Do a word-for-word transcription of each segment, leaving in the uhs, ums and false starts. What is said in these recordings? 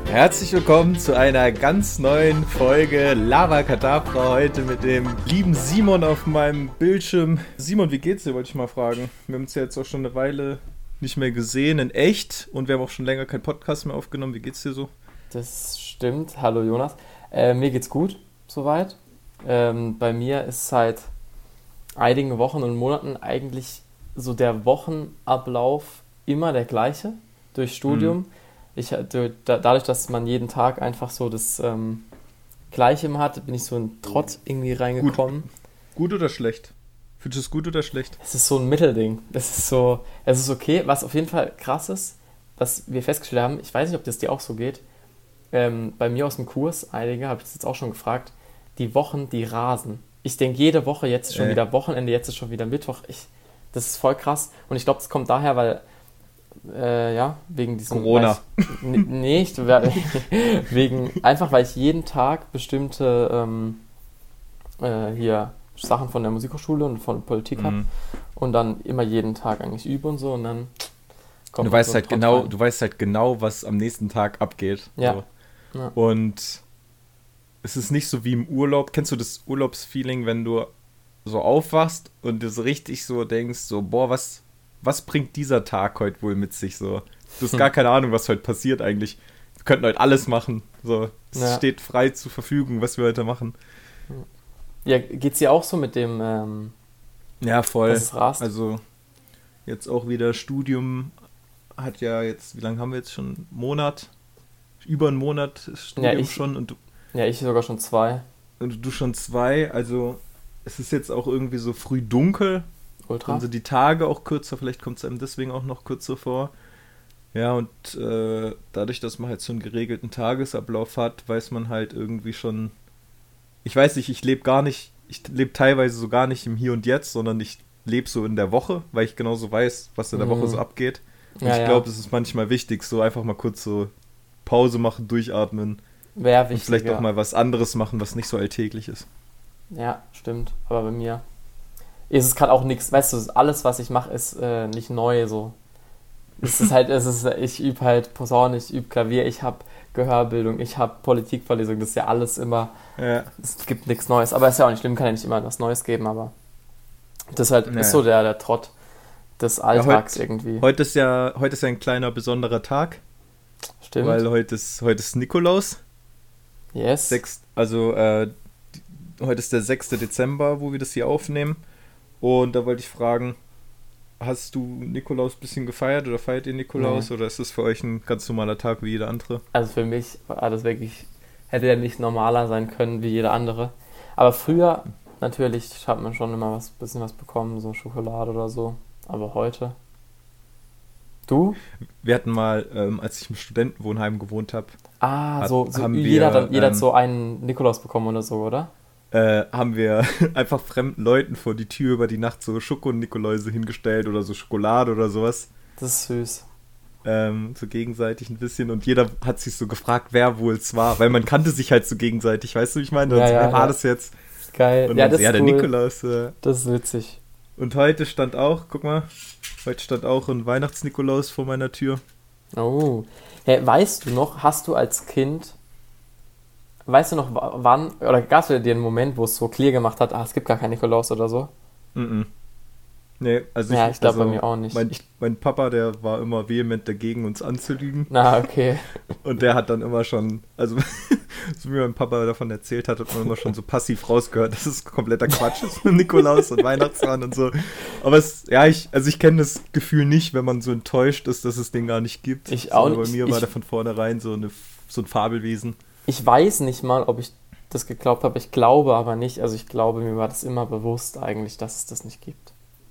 Herzlich willkommen zu einer ganz neuen Folge Lava Kadabra. Heute mit dem lieben Simon auf meinem Bildschirm. Simon, wie geht's dir, wollte ich mal fragen. Wir haben uns ja jetzt auch schon eine Weile nicht mehr gesehen, in echt. Und wir haben auch schon länger keinen Podcast mehr aufgenommen. Wie geht's dir so? Das stimmt. Hallo Jonas. Äh, mir geht's gut, soweit. Ähm, bei mir ist seit einigen Wochen und Monaten eigentlich so der Wochenablauf immer der gleiche durch Studium. Mhm. Ich, dadurch, dass man jeden Tag einfach so das ähm, Gleiche immer hat, bin ich so in Trott irgendwie reingekommen. Gut, gut oder schlecht? Findest du es gut oder schlecht? Es ist so ein Mittelding. Es ist so, es ist okay. Was auf jeden Fall krass ist, was wir festgestellt haben, ich weiß nicht, ob das dir auch so geht, ähm, bei mir aus dem Kurs, einige, habe ich das jetzt auch schon gefragt, die Wochen, die rasen. Ich denke jede Woche, jetzt ist schon äh. wieder Wochenende, jetzt ist schon wieder Mittwoch. Ich, das ist voll krass. Und ich glaube, das kommt daher, weil Äh, ja, wegen diesem... Corona. Ich, nicht, wegen, einfach weil ich jeden Tag bestimmte ähm, äh, hier Sachen von der Musikhochschule und von Politik mhm. habe und dann immer jeden Tag eigentlich übe und so und dann kommt du weißt so halt genau, rein. Du weißt halt genau, was am nächsten Tag abgeht. Ja. So. ja. Und es ist nicht so wie im Urlaub. Kennst du das Urlaubsfeeling, wenn du so aufwachst und du so richtig so denkst, so, boah, was... was bringt dieser Tag heute wohl mit sich so? Du hast gar keine Ahnung, was heute passiert eigentlich. Wir könnten heute alles machen. So, es ja. steht frei zur Verfügung, was wir heute machen. Ja, geht's dir auch so mit dem ähm, ja, voll. dass es rast? Also jetzt auch wieder Studium hat ja jetzt, wie lange haben wir jetzt schon? Einen Monat? Über einen Monat ist Studium ja, ich, schon. Und du, ja, ich sogar schon zwei. Und du schon zwei. Also es ist jetzt auch irgendwie so früh dunkel. Ultra. Dann sind die Tage auch kürzer, vielleicht kommt es einem deswegen auch noch kürzer vor. Ja, und äh, dadurch, dass man halt so einen geregelten Tagesablauf hat, weiß man halt irgendwie schon, ich weiß nicht, ich lebe gar nicht, ich lebe teilweise so gar nicht im Hier und Jetzt, sondern ich lebe so in der Woche, weil ich genauso weiß, was in der mhm. Woche so abgeht. Und ja, ich glaube, ja. es ist manchmal wichtig, so einfach mal kurz so Pause machen, durchatmen. Wäre wichtig, und vielleicht ja. auch mal was anderes machen, was nicht so alltäglich ist. Ja, stimmt. Aber bei mir ist es gerade auch nichts, weißt du, alles, was ich mache, ist äh, nicht neu, so. Es ist halt, es ist, ich übe halt Posaune, ich übe Klavier, ich habe Gehörbildung, ich habe Politikvorlesung, das ist ja alles immer, ja. es gibt nichts Neues, aber ist ja auch nicht schlimm, kann ja nicht immer was Neues geben, aber das ist halt, naja. ist so der, der Trott des Alltags ja, heut, irgendwie. Heute ist ja, heute ist ja ein kleiner besonderer Tag. Stimmt. Weil heute ist, heute ist Nikolaus. Yes. Sechst, also, äh, heute ist der sechster Dezember, wo wir das hier aufnehmen. Und da wollte ich fragen, hast du Nikolaus ein bisschen gefeiert oder feiert ihr Nikolaus? Nee. Oder ist das für euch ein ganz normaler Tag wie jeder andere? Also für mich war das wirklich, hätte ja nicht normaler sein können wie jeder andere. Aber früher, natürlich, hat man schon immer was, bisschen was bekommen, so Schokolade oder so. Aber heute? Du? Wir hatten mal, ähm, als ich im Studentenwohnheim gewohnt habe. Ah, hat, so, so haben jeder, wir, dann, jeder ähm, hat so einen Nikolaus bekommen oder so, oder? Äh, haben wir einfach fremden Leuten vor die Tür über die Nacht so Schoko-Nikoläuse hingestellt oder so Schokolade oder sowas. Das ist süß. Ähm, so gegenseitig ein bisschen und jeder hat sich so gefragt, wer wohl es war, weil man kannte sich halt so gegenseitig, weißt du, wie ich meine? Ja, so, ja, wer war ja. das jetzt? Geil. Und ja, dann, das ja, ist der cool. Nikolaus. Äh, das ist witzig. Und heute stand auch, guck mal, heute stand auch ein Weihnachts-Nikolaus vor meiner Tür. Oh. Hey, weißt du noch, hast du als Kind, weißt du noch, wann, oder gab es bei dir einen Moment, wo es so clear gemacht hat, ah, es gibt gar keinen Nikolaus oder so? Mhm. Nee, also ja, ich, ich glaube also bei mir auch nicht. Mein, ich, mein Papa, der war immer vehement dagegen, uns anzulügen. Na, okay. Und der hat dann immer schon, also so wie mein Papa davon erzählt hat, hat man immer schon so passiv rausgehört, dass es kompletter Quatsch ist mit Nikolaus und Weihnachtsmann und so. Aber es, ja, ich, also ich kenne das Gefühl nicht, wenn man so enttäuscht ist, dass es den gar nicht gibt. Ich auch nicht. Bei mir ich, war der von vornherein so, eine, so ein Fabelwesen. Ich weiß nicht mal, ob ich das geglaubt habe. Ich glaube aber nicht. Also ich glaube, mir war das immer bewusst eigentlich, dass es das nicht gibt.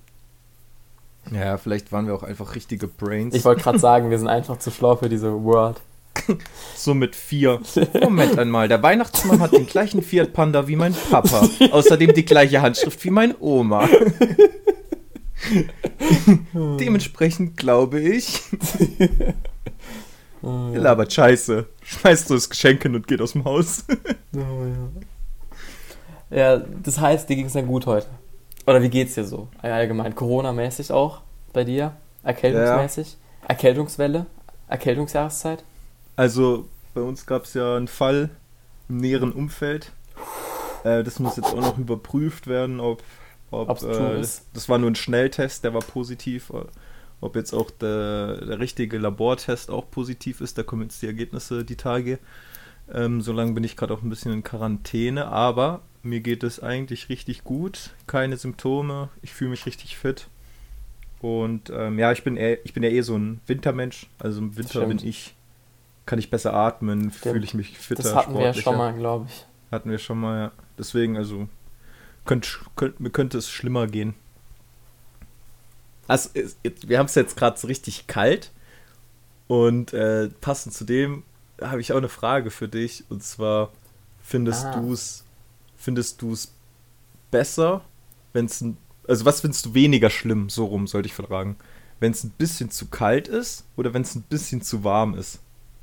Ja, vielleicht waren wir auch einfach richtige Brains. Ich wollte gerade sagen, wir sind einfach zu schlau für diese World. So mit vier. Moment einmal, der Weihnachtsmann hat den gleichen Fiat Panda wie mein Papa. Außerdem die gleiche Handschrift wie meine Oma. Dementsprechend glaube ich. Oh, ja. Labert Scheiße. Schmeißt so das Geschenk hin und geht aus dem Haus. Oh, ja. Ja, das heißt, dir ging es dann gut heute. Oder wie geht's dir so? Allgemein. Corona-mäßig auch bei dir? Erkältungsmäßig? Ja. Erkältungswelle? Erkältungsjahreszeit? Also, Bei uns gab es ja einen Fall im näheren Umfeld. Äh, das muss jetzt auch noch überprüft werden, ob, ob äh, das, das war nur ein Schnelltest, der war positiv. Ob jetzt auch der, der richtige Labortest auch positiv ist, da kommen jetzt die Ergebnisse die Tage. Ähm, solange bin ich gerade auch ein bisschen in Quarantäne, aber mir geht es eigentlich richtig gut. Keine Symptome, ich fühle mich richtig fit. Und ähm, ja, ich bin, eher, ich bin ja eh so ein Wintermensch. Also im Winter bin ich, kann ich besser atmen, fühle ich mich fitter, das hatten sportlicher. wir ja schon mal, glaube ich. Hatten wir schon mal, ja. Deswegen, also, könnt, könnt, mir könnte es schlimmer gehen. Also, es, wir haben es jetzt gerade so richtig kalt. Und äh, passend zu dem habe ich auch eine Frage für dich. Und zwar, findest Ah. du's, findest du es besser, wenn es ein, also was findest du weniger schlimm, so rum sollte ich fragen, wenn es ein bisschen zu kalt ist oder wenn es ein bisschen zu warm ist?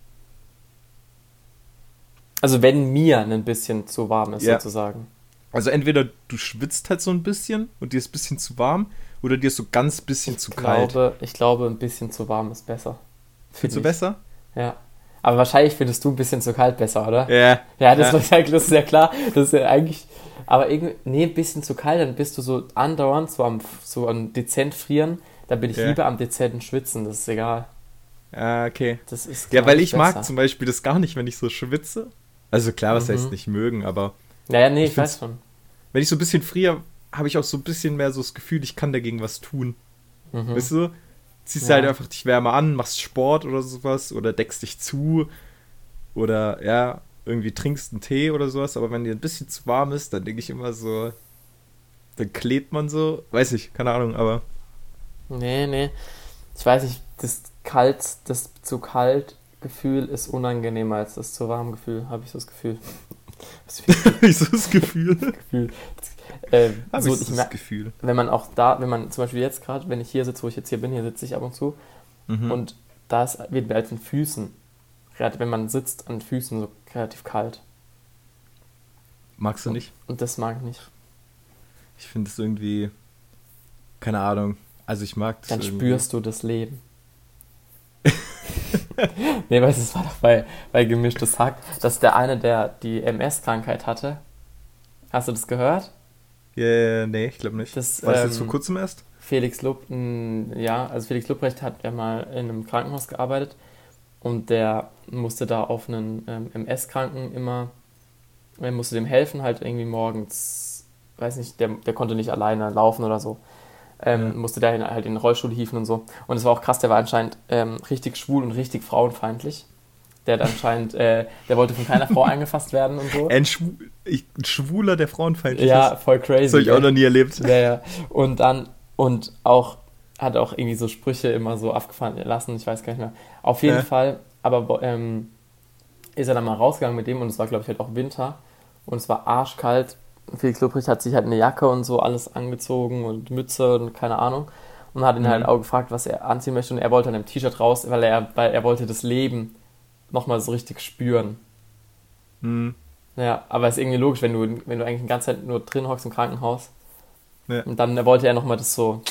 Also wenn mir ein bisschen zu warm ist, Ja. sozusagen. Also entweder du schwitzt halt so ein bisschen und dir ist ein bisschen zu warm oder dir ist so ganz bisschen zu Ich kalt. glaube, ich glaube, ein bisschen zu warm ist besser. Findest du ich. besser? Ja. Aber wahrscheinlich findest du ein bisschen zu kalt besser, oder? Ja. Ja, das, Ja. Ist, ja, das ist ja klar. Das ist ja eigentlich. Aber irgendwie, nee, ein bisschen zu kalt, dann bist du so andauernd, so am, so am dezent frieren. Dann bin ich Ja. lieber am dezenten schwitzen, das ist egal. Ja, okay. Das ist, Ja, glaub weil ich mag besser. zum Beispiel das gar nicht, wenn ich so schwitze. Also klar, was Mhm. heißt nicht mögen, aber Naja, nee, ich ich, weiß schon. wenn ich so ein bisschen friere, habe ich auch so ein bisschen mehr so das Gefühl, ich kann dagegen was tun. Mhm. Weißt du? Ziehst Ja. halt einfach dich wärmer an, machst Sport oder sowas oder deckst dich zu oder ja, irgendwie trinkst einen Tee oder sowas, aber wenn dir ein bisschen zu warm ist, dann denke ich immer so, dann klebt man so, weiß ich, keine Ahnung, aber Nee, nee. Ich weiß nicht, das kalt, das zu kalt Gefühl ist unangenehmer als das zu warm Gefühl, habe ich so das Gefühl. Was für ein ich so das Gefühl. Gefühl. Ähm, Habe so, ich ich das mer- Gefühl. wenn man auch da, wenn man zum Beispiel jetzt gerade, wenn ich hier sitze, wo ich jetzt hier bin, hier sitze ich ab und zu, Mhm. und da ist, wird mir als den Füßen, gerade wenn man sitzt, an den Füßen so relativ kalt. Magst du nicht? Und das mag ich nicht. Ich finde es irgendwie, keine Ahnung, also ich mag das Dann irgendwie. spürst du das Leben. Nee, weißt du, es war doch bei, bei Gemischtes Hack, dass der eine, der die M S-Krankheit hatte, hast du das gehört? Ja, yeah, nee, ich glaube nicht. Das, War das ähm, jetzt vor kurzem erst? Felix Lupp, mh, ja, also Felix Lupprecht hat ja mal in einem Krankenhaus gearbeitet und der musste da auf einen ähm, M S-Kranken immer, er musste dem helfen, halt irgendwie morgens, weiß nicht, der, der konnte nicht alleine laufen oder so, ähm, Ja. musste der halt in den Rollstuhl hieven und so. Und es war auch krass, der war anscheinend ähm, richtig schwul und richtig frauenfeindlich. Der hat anscheinend, äh, der wollte von keiner Frau angefasst werden und so. Ein, Schwu ich, ein Schwuler, der frauenfeindlich Ja, ist. voll crazy. Das habe ich auch gell? noch nie erlebt. Ja, ja. Und dann, und auch, hat auch irgendwie so Sprüche immer so abgefahren lassen, ich weiß gar nicht mehr. Auf jeden Ja. Fall, aber ähm, ist er dann mal rausgegangen mit dem und es war, glaube ich, halt auch Winter und es war arschkalt. Felix Lobrecht hat sich halt eine Jacke und so alles angezogen und Mütze und keine Ahnung und hat ihn Mhm. halt auch gefragt, was er anziehen möchte und er wollte an einem T-Shirt raus, weil er, weil er wollte das Leben nochmal so richtig spüren. Hm. Ja, aber ist irgendwie logisch, wenn du, wenn du eigentlich die ganze Zeit nur drin hockst im Krankenhaus. Ja. Und dann wollte er nochmal das so.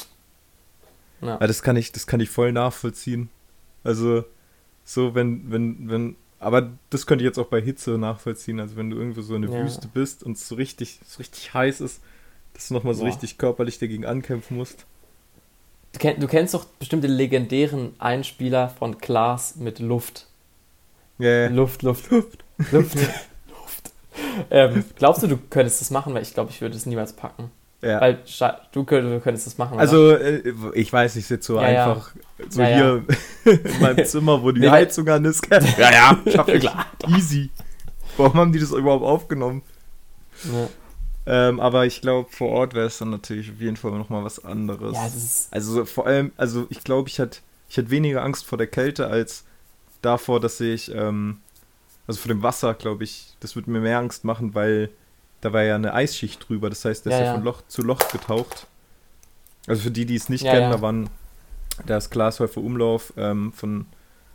Ja. Ja, das kann ich, das kann ich voll nachvollziehen. Also, so, wenn, wenn, wenn, aber das könnte ich jetzt auch bei Hitze nachvollziehen. Also, wenn du irgendwo so in der Ja. Wüste bist und es so richtig, so richtig heiß ist, dass du nochmal so Boah. richtig körperlich dagegen ankämpfen musst. Du, kenn, du kennst doch bestimmt den legendären Einspieler von Klaas mit Luft. Ja, ja. Luft, Luft, Luft. Luft. Luft. Ähm, glaubst du, du könntest das machen? Weil ich glaube, ich würde es niemals packen. ja. Weil scha- du, könnt, du könntest das machen, oder? Also, äh, ich weiß, ich sitze so Ja, ja. einfach so Ja, ja. hier in meinem Zimmer, wo die Nee, weil- Heizung an ist. Ja, ja, schaff ich. Klar. Easy. Warum haben die das überhaupt aufgenommen? Ja. Ähm, aber ich glaube, vor Ort wäre es dann natürlich auf jeden Fall nochmal was anderes. Ja, das ist. Also vor allem, also ich glaube, ich hatte ich hatte weniger Angst vor der Kälte als davor, dass ich, ähm, also vor dem Wasser, glaube ich, das würde mir mehr Angst machen, weil da war ja eine Eisschicht drüber, das heißt, der Ja, ist ja ja. von Loch zu Loch getaucht. Also für die, die es nicht Ja, kennen, ja. da waren da ist Glashäufer Umlauf ähm, von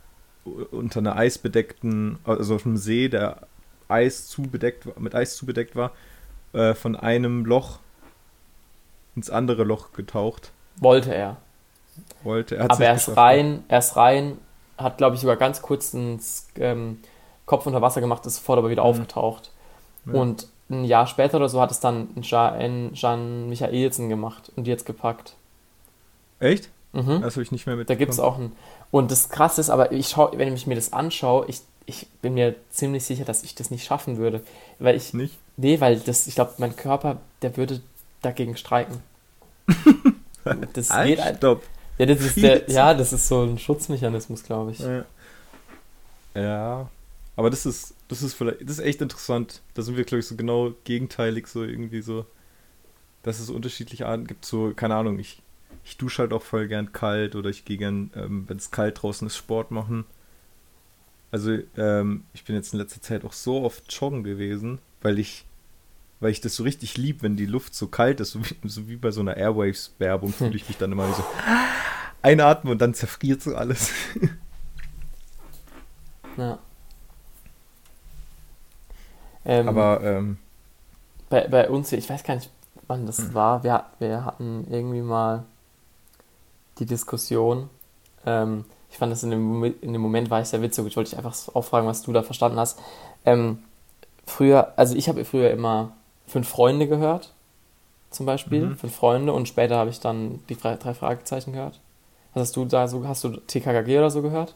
unter einer eisbedeckten, also auf einem See, der Eis zubedeckt, mit Eis zubedeckt war, äh, von einem Loch ins andere Loch getaucht. Wollte er. Wollte. Er hat's Aber nicht er ist geschafft. rein, er ist rein, hat, glaube ich, sogar ganz kurz ins, ähm, Kopf unter Wasser gemacht, ist sofort aber wieder Mhm. aufgetaucht. Ja. Und ein Jahr später oder so hat es dann Jan, Jan Michaelsen gemacht und jetzt gepackt. Echt? Mhm. Das habe ich nicht mehr Da mitbekommen. gibt es auch einen. Und das Krasse ist, aber ich schau, wenn ich mir das anschaue, ich, ich bin mir ziemlich sicher, dass ich das nicht schaffen würde. Weil ich. Nicht? Nee, weil das, ich glaube, mein Körper, der würde dagegen streiken. Das geht Halt, ein- stopp. Ja, das ist der, ja, das ist so ein Schutzmechanismus, glaube ich. Ja. Ja. Aber das ist, das ist vielleicht, das ist echt interessant. Da sind wir, glaube ich, so genau gegenteilig, so irgendwie so, dass es unterschiedliche Arten gibt. So, keine Ahnung, ich, ich dusche halt auch voll gern kalt oder ich gehe gern, ähm, wenn es kalt draußen ist, Sport machen. Also, ähm, ich bin jetzt in letzter Zeit auch so oft joggen gewesen, weil ich, weil ich das so richtig lieb, wenn die Luft so kalt ist, so wie, so wie bei so einer Airwaves-Werbung, fühle ich mich dann immer so einatmen und dann zerfriert so alles. Ja. Ähm, Aber, ähm, bei, bei uns, hier, ich weiß gar nicht, wann das Hm. war, wir, wir hatten irgendwie mal die Diskussion, ähm, ich fand das in dem, Moment, in dem Moment war ich sehr witzig, ich wollte dich einfach auch fragen, was du da verstanden hast. Ähm, früher, also ich habe früher immer Fünf Freunde gehört, zum Beispiel, Mhm. Fünf Freunde, und später habe ich dann die drei, drei Fragezeichen gehört. Was hast du da so, hast du T K K G oder so gehört?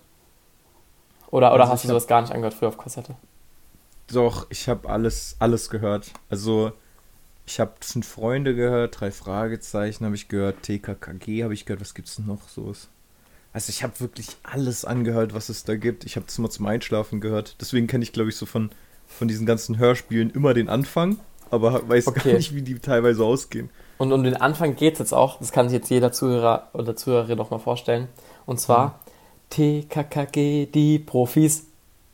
Oder, oder Also hast du ich hab- sowas gar nicht angehört früher auf Kassette? Doch, ich habe alles, alles gehört. Also, ich habe Fünf Freunde gehört, drei Fragezeichen habe ich gehört, T K K G habe ich gehört, was gibt's denn noch so? Also, ich habe wirklich alles angehört, was es da gibt. Ich habe das immer zum Einschlafen gehört. Deswegen kenne ich, glaube ich, so von, von diesen ganzen Hörspielen immer den Anfang, aber weiß Okay. gar nicht, wie die teilweise ausgehen. Und um den Anfang geht es jetzt auch, das kann sich jetzt jeder Zuhörer oder Zuhörerin noch mal vorstellen. Und zwar T K K G, die Profis.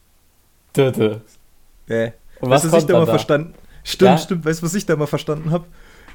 Dö, dö. Äh, Und weißt was du, was ich kommt da dann mal da? verstanden? Stimmt, Ja? stimmt. Weißt du, was ich da mal verstanden habe?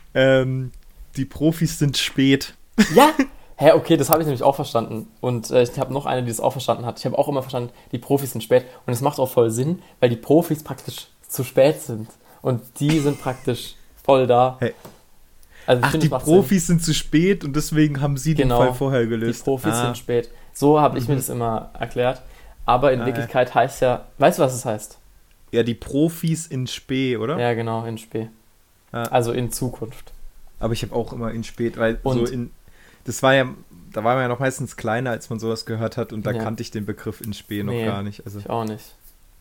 Ähm, die Profis sind spät. Ja! Hä, okay, das habe ich nämlich auch verstanden. Und äh, ich habe noch eine, die das auch verstanden hat. Ich habe auch immer verstanden, die Profis sind spät. Und es macht auch voll Sinn, weil die Profis praktisch zu spät sind. Und die sind praktisch voll da. Hey. Also ich Ach, finde, die es macht Profis sind zu spät und deswegen haben sie Genau. den Fall vorher Sinn. Die gelöst. Profis ah. sind spät. So habe ich mir Mhm. das immer erklärt. Aber in Ah, ja. Wirklichkeit heißt ja, weißt du, was es heißt? Ja, die Profis in Spee, oder? Ja, genau, in spät. Ja. Also in Zukunft. Aber ich habe auch immer in Spät, weil Und- so in, das war ja, da war man ja noch meistens kleiner, als man sowas gehört hat und da Ja. kannte ich den Begriff in Spee noch Nee. gar nicht. Also Ich auch nicht.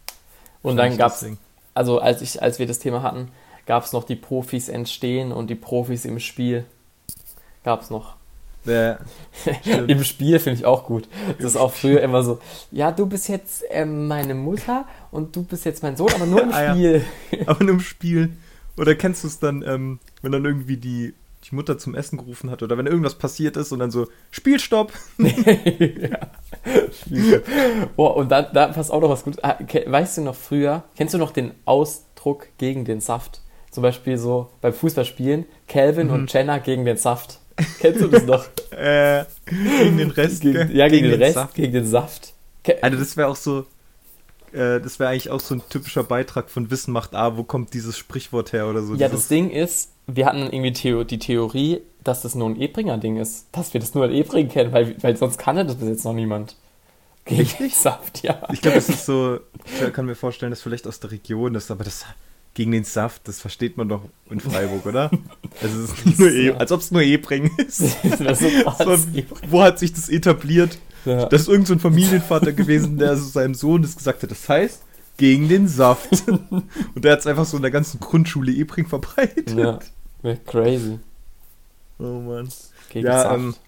Und dann gab es, deswegen. also als, ich, als wir das Thema hatten, gab es noch die Profis entstehen und die Profis im Spiel. Gab es noch. Äh, Stimmt. Im Spiel finde ich auch gut. Das ist auch früher immer so, ja, du bist jetzt ähm, meine Mutter und du bist jetzt mein Sohn, aber nur im Ah, ja. Spiel. aber nur im Spiel. Oder kennst du es dann, ähm, wenn dann irgendwie die, die Mutter zum Essen gerufen hat oder wenn irgendwas passiert ist und dann so, Spielstopp. Ja. Spiel. Oh, und da, da passt auch noch was Gutes. Ah, ke- Weißt du noch früher, kennst du noch den Ausdruck gegen den Saft? Zum Beispiel so beim Fußballspielen, Calvin Mhm. und Jenna gegen den Saft. Kennst du das noch? Äh, gegen den Rest, Gegen, gell? ja, gegen, den Rest, Saft. gegen den Saft. Ke- Also das wäre auch so, äh, das wäre eigentlich auch so ein typischer Beitrag von Wissen macht A, wo kommt dieses Sprichwort her oder so. Ja, dieses, das Ding ist, wir hatten irgendwie Theo- die Theorie, dass das nur ein Ebringer-Ding ist. Dass wir das nur in Ebring kennen, weil, weil sonst kannte das bis jetzt noch niemand. Gegen den Saft, ja. Ich glaube, das ist so, ich kann mir vorstellen, dass vielleicht aus der Region ist, aber das gegen den Saft, das versteht man doch in Freiburg, oder? Also es ist nicht nur e, Ja. als ob es nur Ebring ist. Das wär so krass. So, wo hat sich das etabliert? Ja. Das ist irgend so ein Familienvater gewesen, der so seinem Sohn das gesagt hat, das heißt, gegen den Saft. Und der hat es einfach so in der ganzen Grundschule Ebring verbreitet. Ja, wär crazy. Oh Mann. Gegen Ja, Saft. ähm,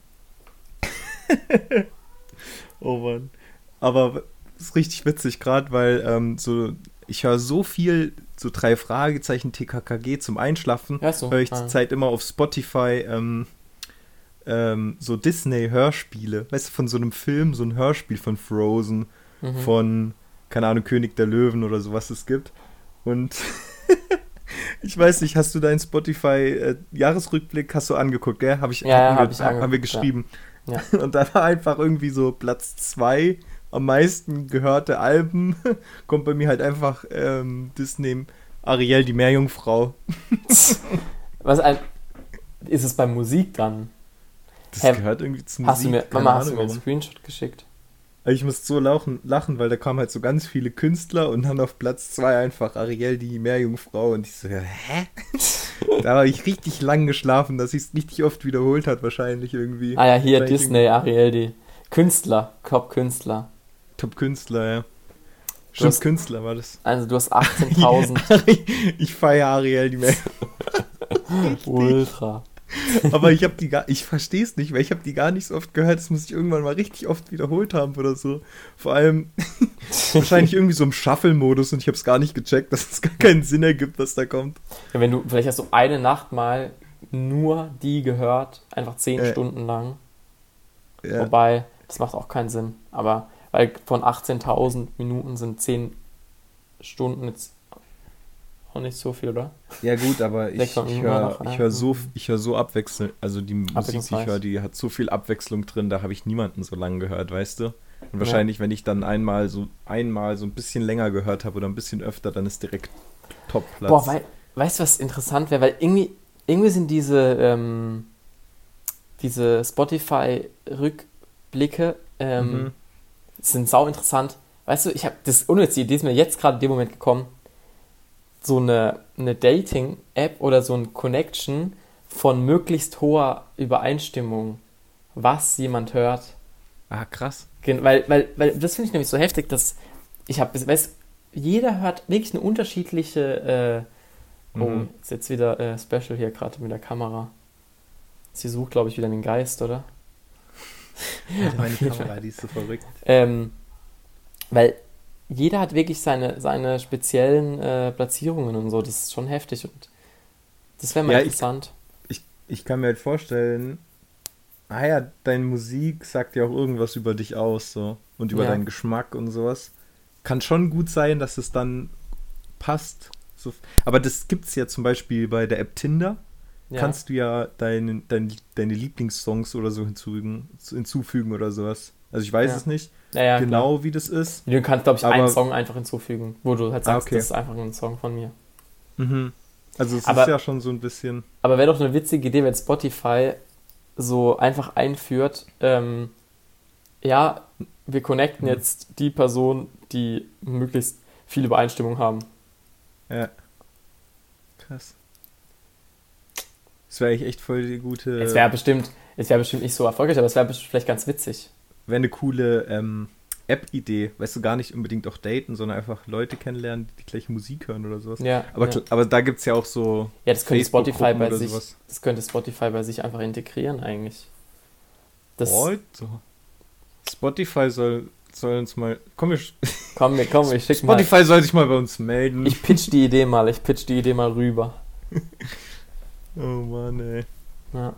Oh Mann. Aber es ist richtig witzig, gerade weil ähm, so, ich höre so viel, so drei Fragezeichen T K K G zum Einschlafen, Hörst du? höre ich Ah. zur Zeit immer auf Spotify ähm, ähm, so Disney-Hörspiele. Weißt du, von so einem Film, so ein Hörspiel von Frozen, Mhm. von, keine Ahnung, König der Löwen oder sowas es gibt. Und ich weiß nicht, hast du deinen Spotify-Jahresrückblick, hast du angeguckt, gell? Hab ich, Ja, ja, hatten hab wir, ich haben wir angeguckt, geschrieben. Ja. Und da war einfach irgendwie so Platz zwei am meisten gehörte Alben, kommt bei mir halt einfach ähm, Disney Ariel, die Meerjungfrau. Was ein, ist es bei Musik dann? Das Hä, gehört irgendwie zu Hast du Musik. mir, keine Mama, hast du Ahnung mir einen warum. Screenshot geschickt? Aber ich musste so lachen, lachen, weil da kamen halt so ganz viele Künstler und dann auf Platz zwei einfach Ariel, die Meerjungfrau. Und ich so, ja, hä? Da habe ich richtig lang geschlafen, dass ich es richtig oft wiederholt hat, wahrscheinlich irgendwie. Ah ja, hier Disney, Ariel, die Künstler, Top-Künstler. Top-Künstler, ja. Du Stimmt, hast- Künstler war das. Also du hast achtzehntausend. Ich feiere Ariel, die Meerjungfrau. Ultra. Aber ich habe die gar, ich verstehe es nicht, weil ich habe die gar nicht so oft gehört. Das muss ich irgendwann mal richtig oft wiederholt haben oder so. Vor allem wahrscheinlich irgendwie so im Shuffle-Modus und ich habe es gar nicht gecheckt, dass es gar keinen Sinn ergibt, was da kommt. Ja, wenn du, vielleicht hast du eine Nacht mal nur die gehört, einfach zehn Äh. Stunden lang. Ja. Wobei, das macht auch keinen Sinn. Aber weil von achtzehntausend Minuten sind zehn Stunden jetzt auch nicht so viel, oder? Ja gut, aber ich, sechshundert ich Minuten höre noch, ich ja. hör so, ich hör so abwechselnd, also die Musik, die ich Abwechslungsreich. höre, die hat so viel Abwechslung drin, da habe ich niemanden so lange gehört, weißt du? Und wahrscheinlich, wenn ich dann einmal so einmal so ein bisschen länger gehört habe oder ein bisschen öfter, dann ist direkt Top-Platz. Boah, wei weißt du, was interessant wäre? Weil irgendwie, irgendwie sind diese, ähm, diese Spotify-Rückblicke ähm, Mhm. sind sau interessant. Weißt du, ich habe das unnütze Idee, ist mir jetzt gerade in dem Moment gekommen, so eine, eine Dating-App oder so ein Connection von möglichst hoher Übereinstimmung, was jemand hört. Ah, krass. Gen- Weil, weil, weil das finde ich nämlich so heftig, dass ich habe, weiß, jeder hört wirklich eine unterschiedliche, äh, oh, Mhm. ist jetzt wieder äh, Special hier gerade mit der Kamera. Sie sucht, glaube ich, wieder den Geist, oder? Meine Auf jeden Kamera, die ist so verrückt. Ähm, weil jeder hat wirklich seine, seine speziellen äh, Platzierungen und so, das ist schon heftig und das wäre mal Ja, ich- interessant. Ich kann mir halt vorstellen, ah ja, deine Musik sagt ja auch irgendwas über dich aus, so. Und über Ja. deinen Geschmack und sowas. Kann schon gut sein, dass es dann passt. So. Aber das gibt's ja zum Beispiel bei der App Tinder. Ja. Kannst du ja deine, dein, deine Lieblingssongs oder so hinzufügen, hinzufügen oder sowas. Also ich weiß Ja. es nicht ja, ja, genau, wie das ist. klar. Du kannst, glaube ich, Aber- einen Song einfach hinzufügen, wo du halt Ah, sagst, okay. das ist einfach ein Song von mir. Mhm. Also es Aber- ist ja schon so ein bisschen... Aber wäre doch eine witzige Idee, wenn Spotify so einfach einführt, ähm, ja, wir connecten Mhm. jetzt die Personen, die möglichst viel Übereinstimmung haben. Ja. Krass. Das wäre eigentlich echt voll die gute... Es wäre bestimmt, es wäre bestimmt nicht so erfolgreich, aber es wäre vielleicht ganz witzig. Wäre eine coole ähm, App-Idee. Weißt du, gar nicht unbedingt auch daten, sondern einfach Leute kennenlernen, die die gleiche Musik hören oder sowas. Ja, Aber, ja. kl- aber da gibt es ja auch so ja das könnte Spotify Facebook-Gruppen bei oder sich, sowas. das könnte Spotify bei sich einfach integrieren eigentlich. Das, Boah, so. Spotify soll, soll uns mal... Komm, wir, komm, wir- komm, ich schick mal. Spotify soll sich mal bei uns melden. Ich pitch die Idee mal, ich pitch die Idee mal rüber. oh Mann, ey. Ja.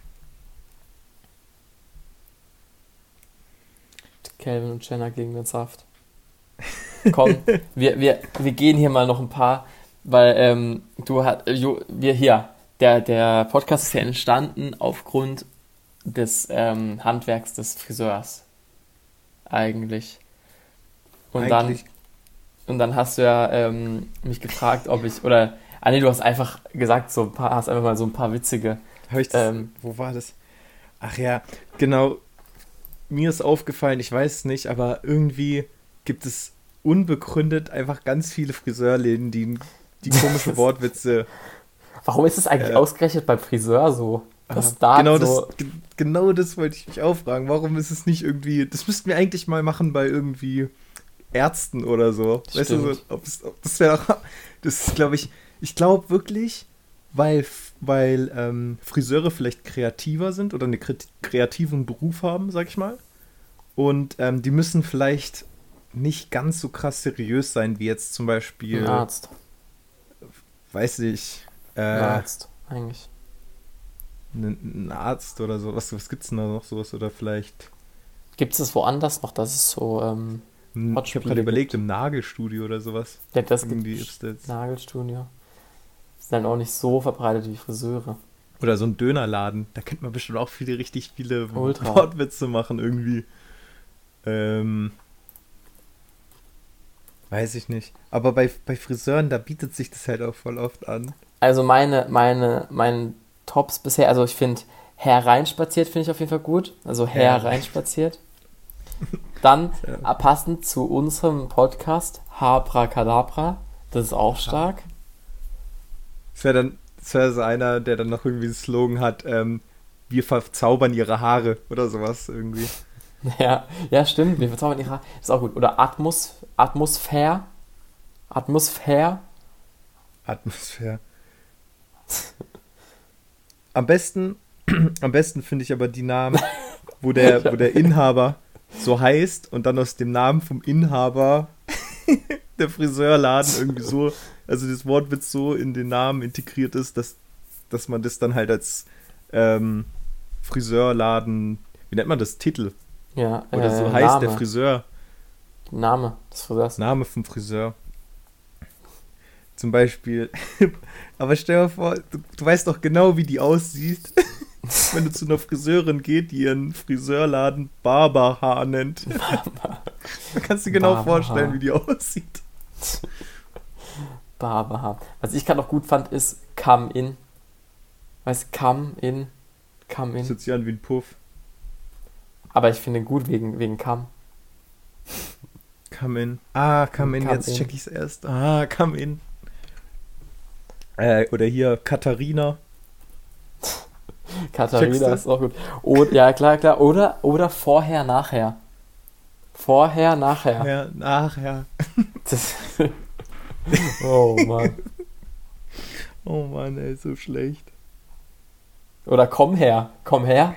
Calvin und Jenna gegen den Saft. Komm, wir, wir, wir gehen hier mal noch ein paar, weil ähm, du hat, jo, wir hier, der, der Podcast ist ja entstanden aufgrund des ähm, Handwerks des Friseurs. Eigentlich. Und Eigentlich- dann und dann hast du ja ähm, mich gefragt, ob ich, oder, ah nee, du hast einfach gesagt, so ein paar, hast einfach mal so ein paar witzige. Hab ich das, Ähm, wo war das? Ach ja, genau. Mir ist aufgefallen, ich weiß es nicht, aber irgendwie gibt es unbegründet einfach ganz viele Friseurläden, die, die komische Wortwitze. Warum ist es eigentlich Äh, ausgerechnet beim Friseur so? Dass Ah, da genau, so. das, ge- genau das wollte ich mich auch fragen. Warum ist es nicht irgendwie. Das müssten wir eigentlich mal machen bei irgendwie Ärzten oder so. Weißt du, so, Stimmt. ob es, ob das wäre. Das ist, glaube ich. Ich glaube wirklich, weil, weil ähm, Friseure vielleicht kreativer sind oder einen kre- kreativen Beruf haben, sag ich mal. Und ähm, die müssen vielleicht nicht ganz so krass seriös sein, wie jetzt zum Beispiel, Ein Arzt. weiß ich, äh, Ein Arzt, eigentlich. ein, ein Arzt oder so. Was, was gibt's denn da noch sowas? Oder vielleicht. Gibt es das woanders noch, dass es so, ähm, Hm, Ich habe Hotspiele gerade überlegt, im Nagelstudio oder sowas. ja, das Irgendwie gibt ist das. Nagelstudio. Sind dann auch nicht so verbreitet wie Friseure. Oder so ein Dönerladen. Da könnte man bestimmt auch viele, richtig viele Ultra. Wortwitze machen irgendwie. Ähm. Weiß ich nicht. Aber bei, bei Friseuren, da bietet sich das halt auch voll oft an. Also meine, meine, meine Tops bisher, also ich finde Herr reinspaziert finde ich auf jeden Fall gut. Also Herr Ja. reinspaziert. Dann Ja. passend zu unserem Podcast Habracadabra, das ist auch stark. Das wäre dann das wär so einer, der dann noch irgendwie einen Slogan hat, ähm, wir verzaubern ihre Haare oder sowas irgendwie. Ja, ja, stimmt, wir verzaubern ihre Haare, das ist auch gut. Oder Atmos, Atmosphäre, Atmosphäre. Atmosphäre. Am besten, am besten finde ich aber die Namen, wo der, wo der Inhaber so heißt und dann aus dem Namen vom Inhaber der Friseurladen irgendwie so, also das Wortwitz so in den Namen integriert ist, dass, dass man das dann halt als ähm, Friseurladen, wie nennt man das, Titel? Ja, Oder so äh, heißt Name. der Friseur. Name des Friseurs. Name vom Friseur. Zum Beispiel. Aber stell dir vor, du, du weißt doch genau, wie die aussieht, wenn du zu einer Friseurin geht, die ihren Friseurladen Barberhaar nennt. Da kannst du dir genau Barberhaar. vorstellen, wie die aussieht. Barberhaar. Was ich gerade noch gut fand, ist Come In. Weißt du, Come In, Come Das In. hört sich an wie ein Puff. Aber ich finde ihn gut wegen, wegen Come. Come in. Ah, come in, Come jetzt in. check ich's erst. Ah, come in. Äh, oder hier Katharina. Katharina Checkst du? ist auch gut. Oder, ja, klar, klar. Oder, oder vorher, nachher. Vorher, nachher. Ja, nachher. Das, oh Mann. Oh Mann, ey, so schlecht. Oder komm her. Komm her.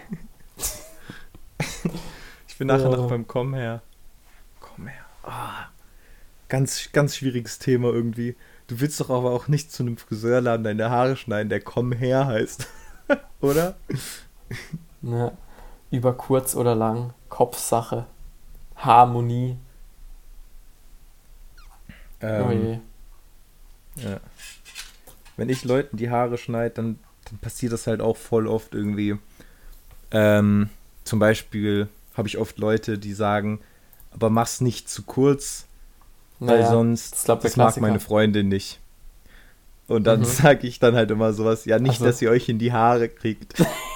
Ich bin nachher Ja. noch beim Komm her. Komm her. Ah, ganz, ganz schwieriges Thema irgendwie. Du willst doch aber auch nicht zu einem Friseurladen deine Haare schneiden, der Komm her heißt. Oder? Ne, über kurz oder lang. Kopfsache. Harmonie. Oh je. Ähm, ja. Wenn ich Leuten die Haare schneide, dann, dann passiert das halt auch voll oft irgendwie. Ähm, zum Beispiel habe ich oft Leute, die sagen, aber mach's nicht zu kurz, weil Naja, sonst, das ist, glaub, der das mag Klassiker. meine Freundin nicht. Und dann Mhm. sage ich dann halt immer sowas, ja, nicht, Ach so. dass ihr euch in die Haare kriegt.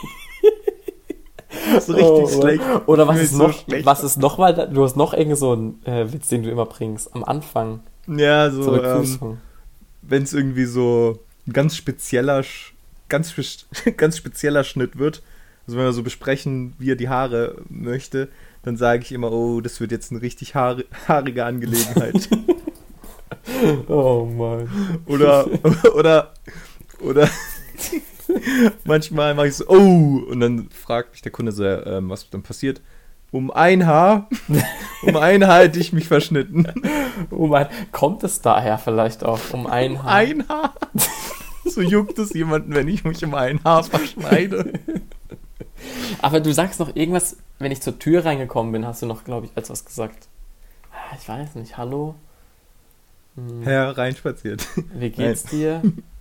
So richtig Oh, schlecht. Oder was Ich ist fühl mich noch, so schlecht. was ist noch mal, da- du hast noch irgend so einen äh, Witz, den du immer bringst, am Anfang, Ja, zur so, ähm, Begrüßung. wenn es irgendwie so ein ganz spezieller, Sch- ganz, spe- ganz spezieller Schnitt wird, also wenn wir so besprechen, wie er die Haare möchte, dann sage ich immer, oh, das wird jetzt eine richtig haare- haarige Angelegenheit. Oh Mann. Oder, oder, oder manchmal mache ich so, oh, und dann fragt mich der Kunde so, ähm, was dann passiert. Um ein Haar, um ein Haar hätte ich mich verschnitten. Oh Mann, kommt es daher vielleicht auch um ein Haar? Ein Haar? So juckt es jemanden, wenn ich mich um ein Haar verschneide. Aber du sagst noch irgendwas, wenn ich zur Tür reingekommen bin, hast du noch, glaube ich, als was gesagt. Ah, Ich weiß nicht, hallo? Hm, Herr reinspaziert. Wie geht's dir?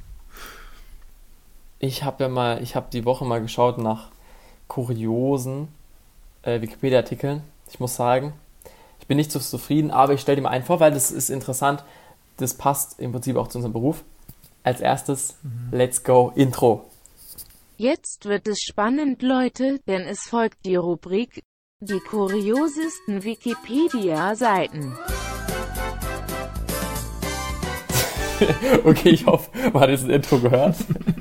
Ich habe ja mal, ich habe die Woche mal geschaut nach kuriosen äh, Wikipedia-Artikeln. Ich muss sagen, ich bin nicht so zufrieden, aber ich stelle dir mal einen vor, weil das ist interessant. Das passt im Prinzip auch zu unserem Beruf. Als erstes, let's go, Intro. Jetzt wird es spannend, Leute, denn es folgt die Rubrik die kuriosesten Wikipedia-Seiten. Okay, ich hoffe, man hat jetzt ein Intro gehört.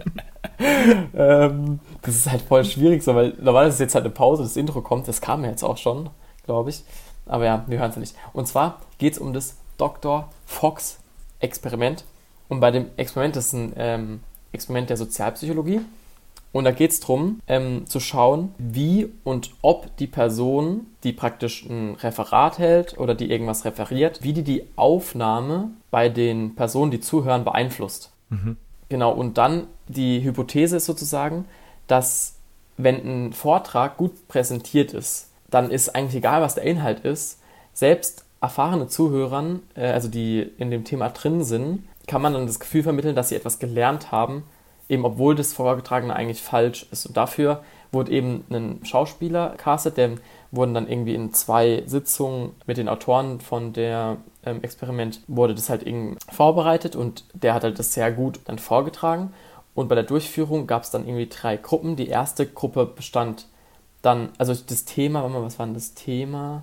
ähm, das ist halt voll schwierig so, weil normalerweise ist jetzt halt eine Pause, das Intro kommt, das kam ja jetzt auch schon, glaube ich. Aber ja, wir hören es ja nicht. Und zwar geht es um das Doktor Fox Experiment. Und bei dem Experiment, das ist ein ähm, Experiment der Sozialpsychologie. Und da geht es darum, ähm, zu schauen, wie und ob die Person, die praktisch ein Referat hält oder die irgendwas referiert, wie die die Aufnahme bei den Personen, die zuhören, beeinflusst. Mhm. Genau, und dann die Hypothese ist sozusagen, dass wenn ein Vortrag gut präsentiert ist, dann ist eigentlich egal, was der Inhalt ist, selbst erfahrene Zuhörern, äh, also die in dem Thema drin sind, kann man dann das Gefühl vermitteln, dass sie etwas gelernt haben, eben obwohl das Vorgetragene eigentlich falsch ist. Und dafür wurde eben ein Schauspieler castet, der wurden dann irgendwie in zwei Sitzungen mit den Autoren von der ähm, Experiment, wurde das halt irgendwie vorbereitet und der hat halt das sehr gut dann vorgetragen. Und bei der Durchführung gab es dann irgendwie drei Gruppen. Die erste Gruppe bestand dann, also das Thema, warte mal, was war denn das Thema?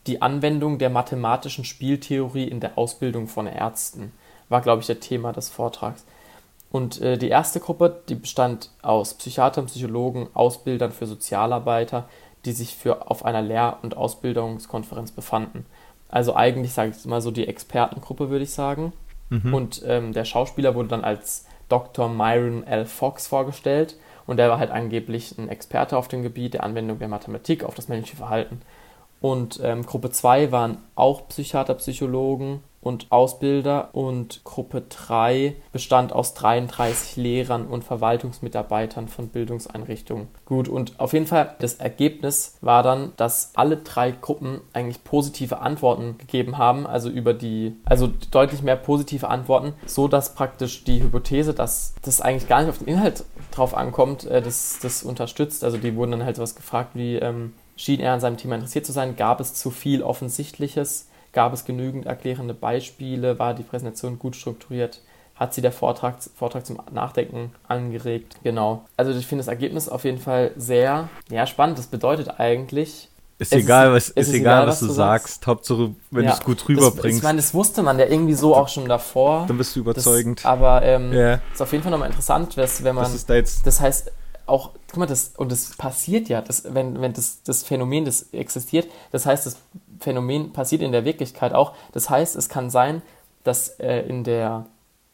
die Anwendung der mathematischen Spieltheorie in der Ausbildung von Ärzten. War, glaube ich, der Thema des Vortrags. Und äh, die erste Gruppe, die bestand aus Psychiatern, Psychologen, Ausbildern für Sozialarbeiter, die sich für auf einer Lehr- und Ausbildungskonferenz befanden. Also eigentlich, sage ich mal so, die Expertengruppe, würde ich sagen. Mhm. Und ähm, der Schauspieler wurde dann als Doktor Myron L. Fox vorgestellt. Und der war halt angeblich ein Experte auf dem Gebiet der Anwendung der Mathematik auf das menschliche Verhalten. Und ähm, Gruppe zwei waren auch Psychiater, Psychologen und Ausbilder. Und Gruppe drei bestand aus dreiunddreißig Lehrern und Verwaltungsmitarbeitern von Bildungseinrichtungen. Gut, und auf jeden Fall das Ergebnis war dann, dass alle drei Gruppen eigentlich positive Antworten gegeben haben, also über die, also deutlich mehr positive Antworten, so dass praktisch die Hypothese, dass das eigentlich gar nicht auf den Inhalt drauf ankommt, äh, das, das unterstützt. Also die wurden dann halt sowas gefragt wie, ähm, schien er an seinem Thema interessiert zu sein, gab es zu viel Offensichtliches, gab es genügend erklärende Beispiele, war die Präsentation gut strukturiert, hat sie der Vortrag, Vortrag zum Nachdenken angeregt. Genau. Also ich finde das Ergebnis auf jeden Fall sehr ja, spannend. Das bedeutet eigentlich... Ist egal, was, ist, ist egal, was du sagst. sagst. Hauptsache, wenn ja, du es gut rüberbringst. Das, ich meine, das wusste man ja irgendwie so auch schon davor. Dann bist du überzeugend. Das, aber ähm, yeah. ist auf jeden Fall nochmal interessant, wenn man... Das ist da jetzt... Das heißt... Auch, guck mal, das, und das passiert ja, das, wenn, wenn das, das Phänomen, das existiert, das heißt, das Phänomen passiert in der Wirklichkeit auch. Das heißt, es kann sein, dass äh, in, der,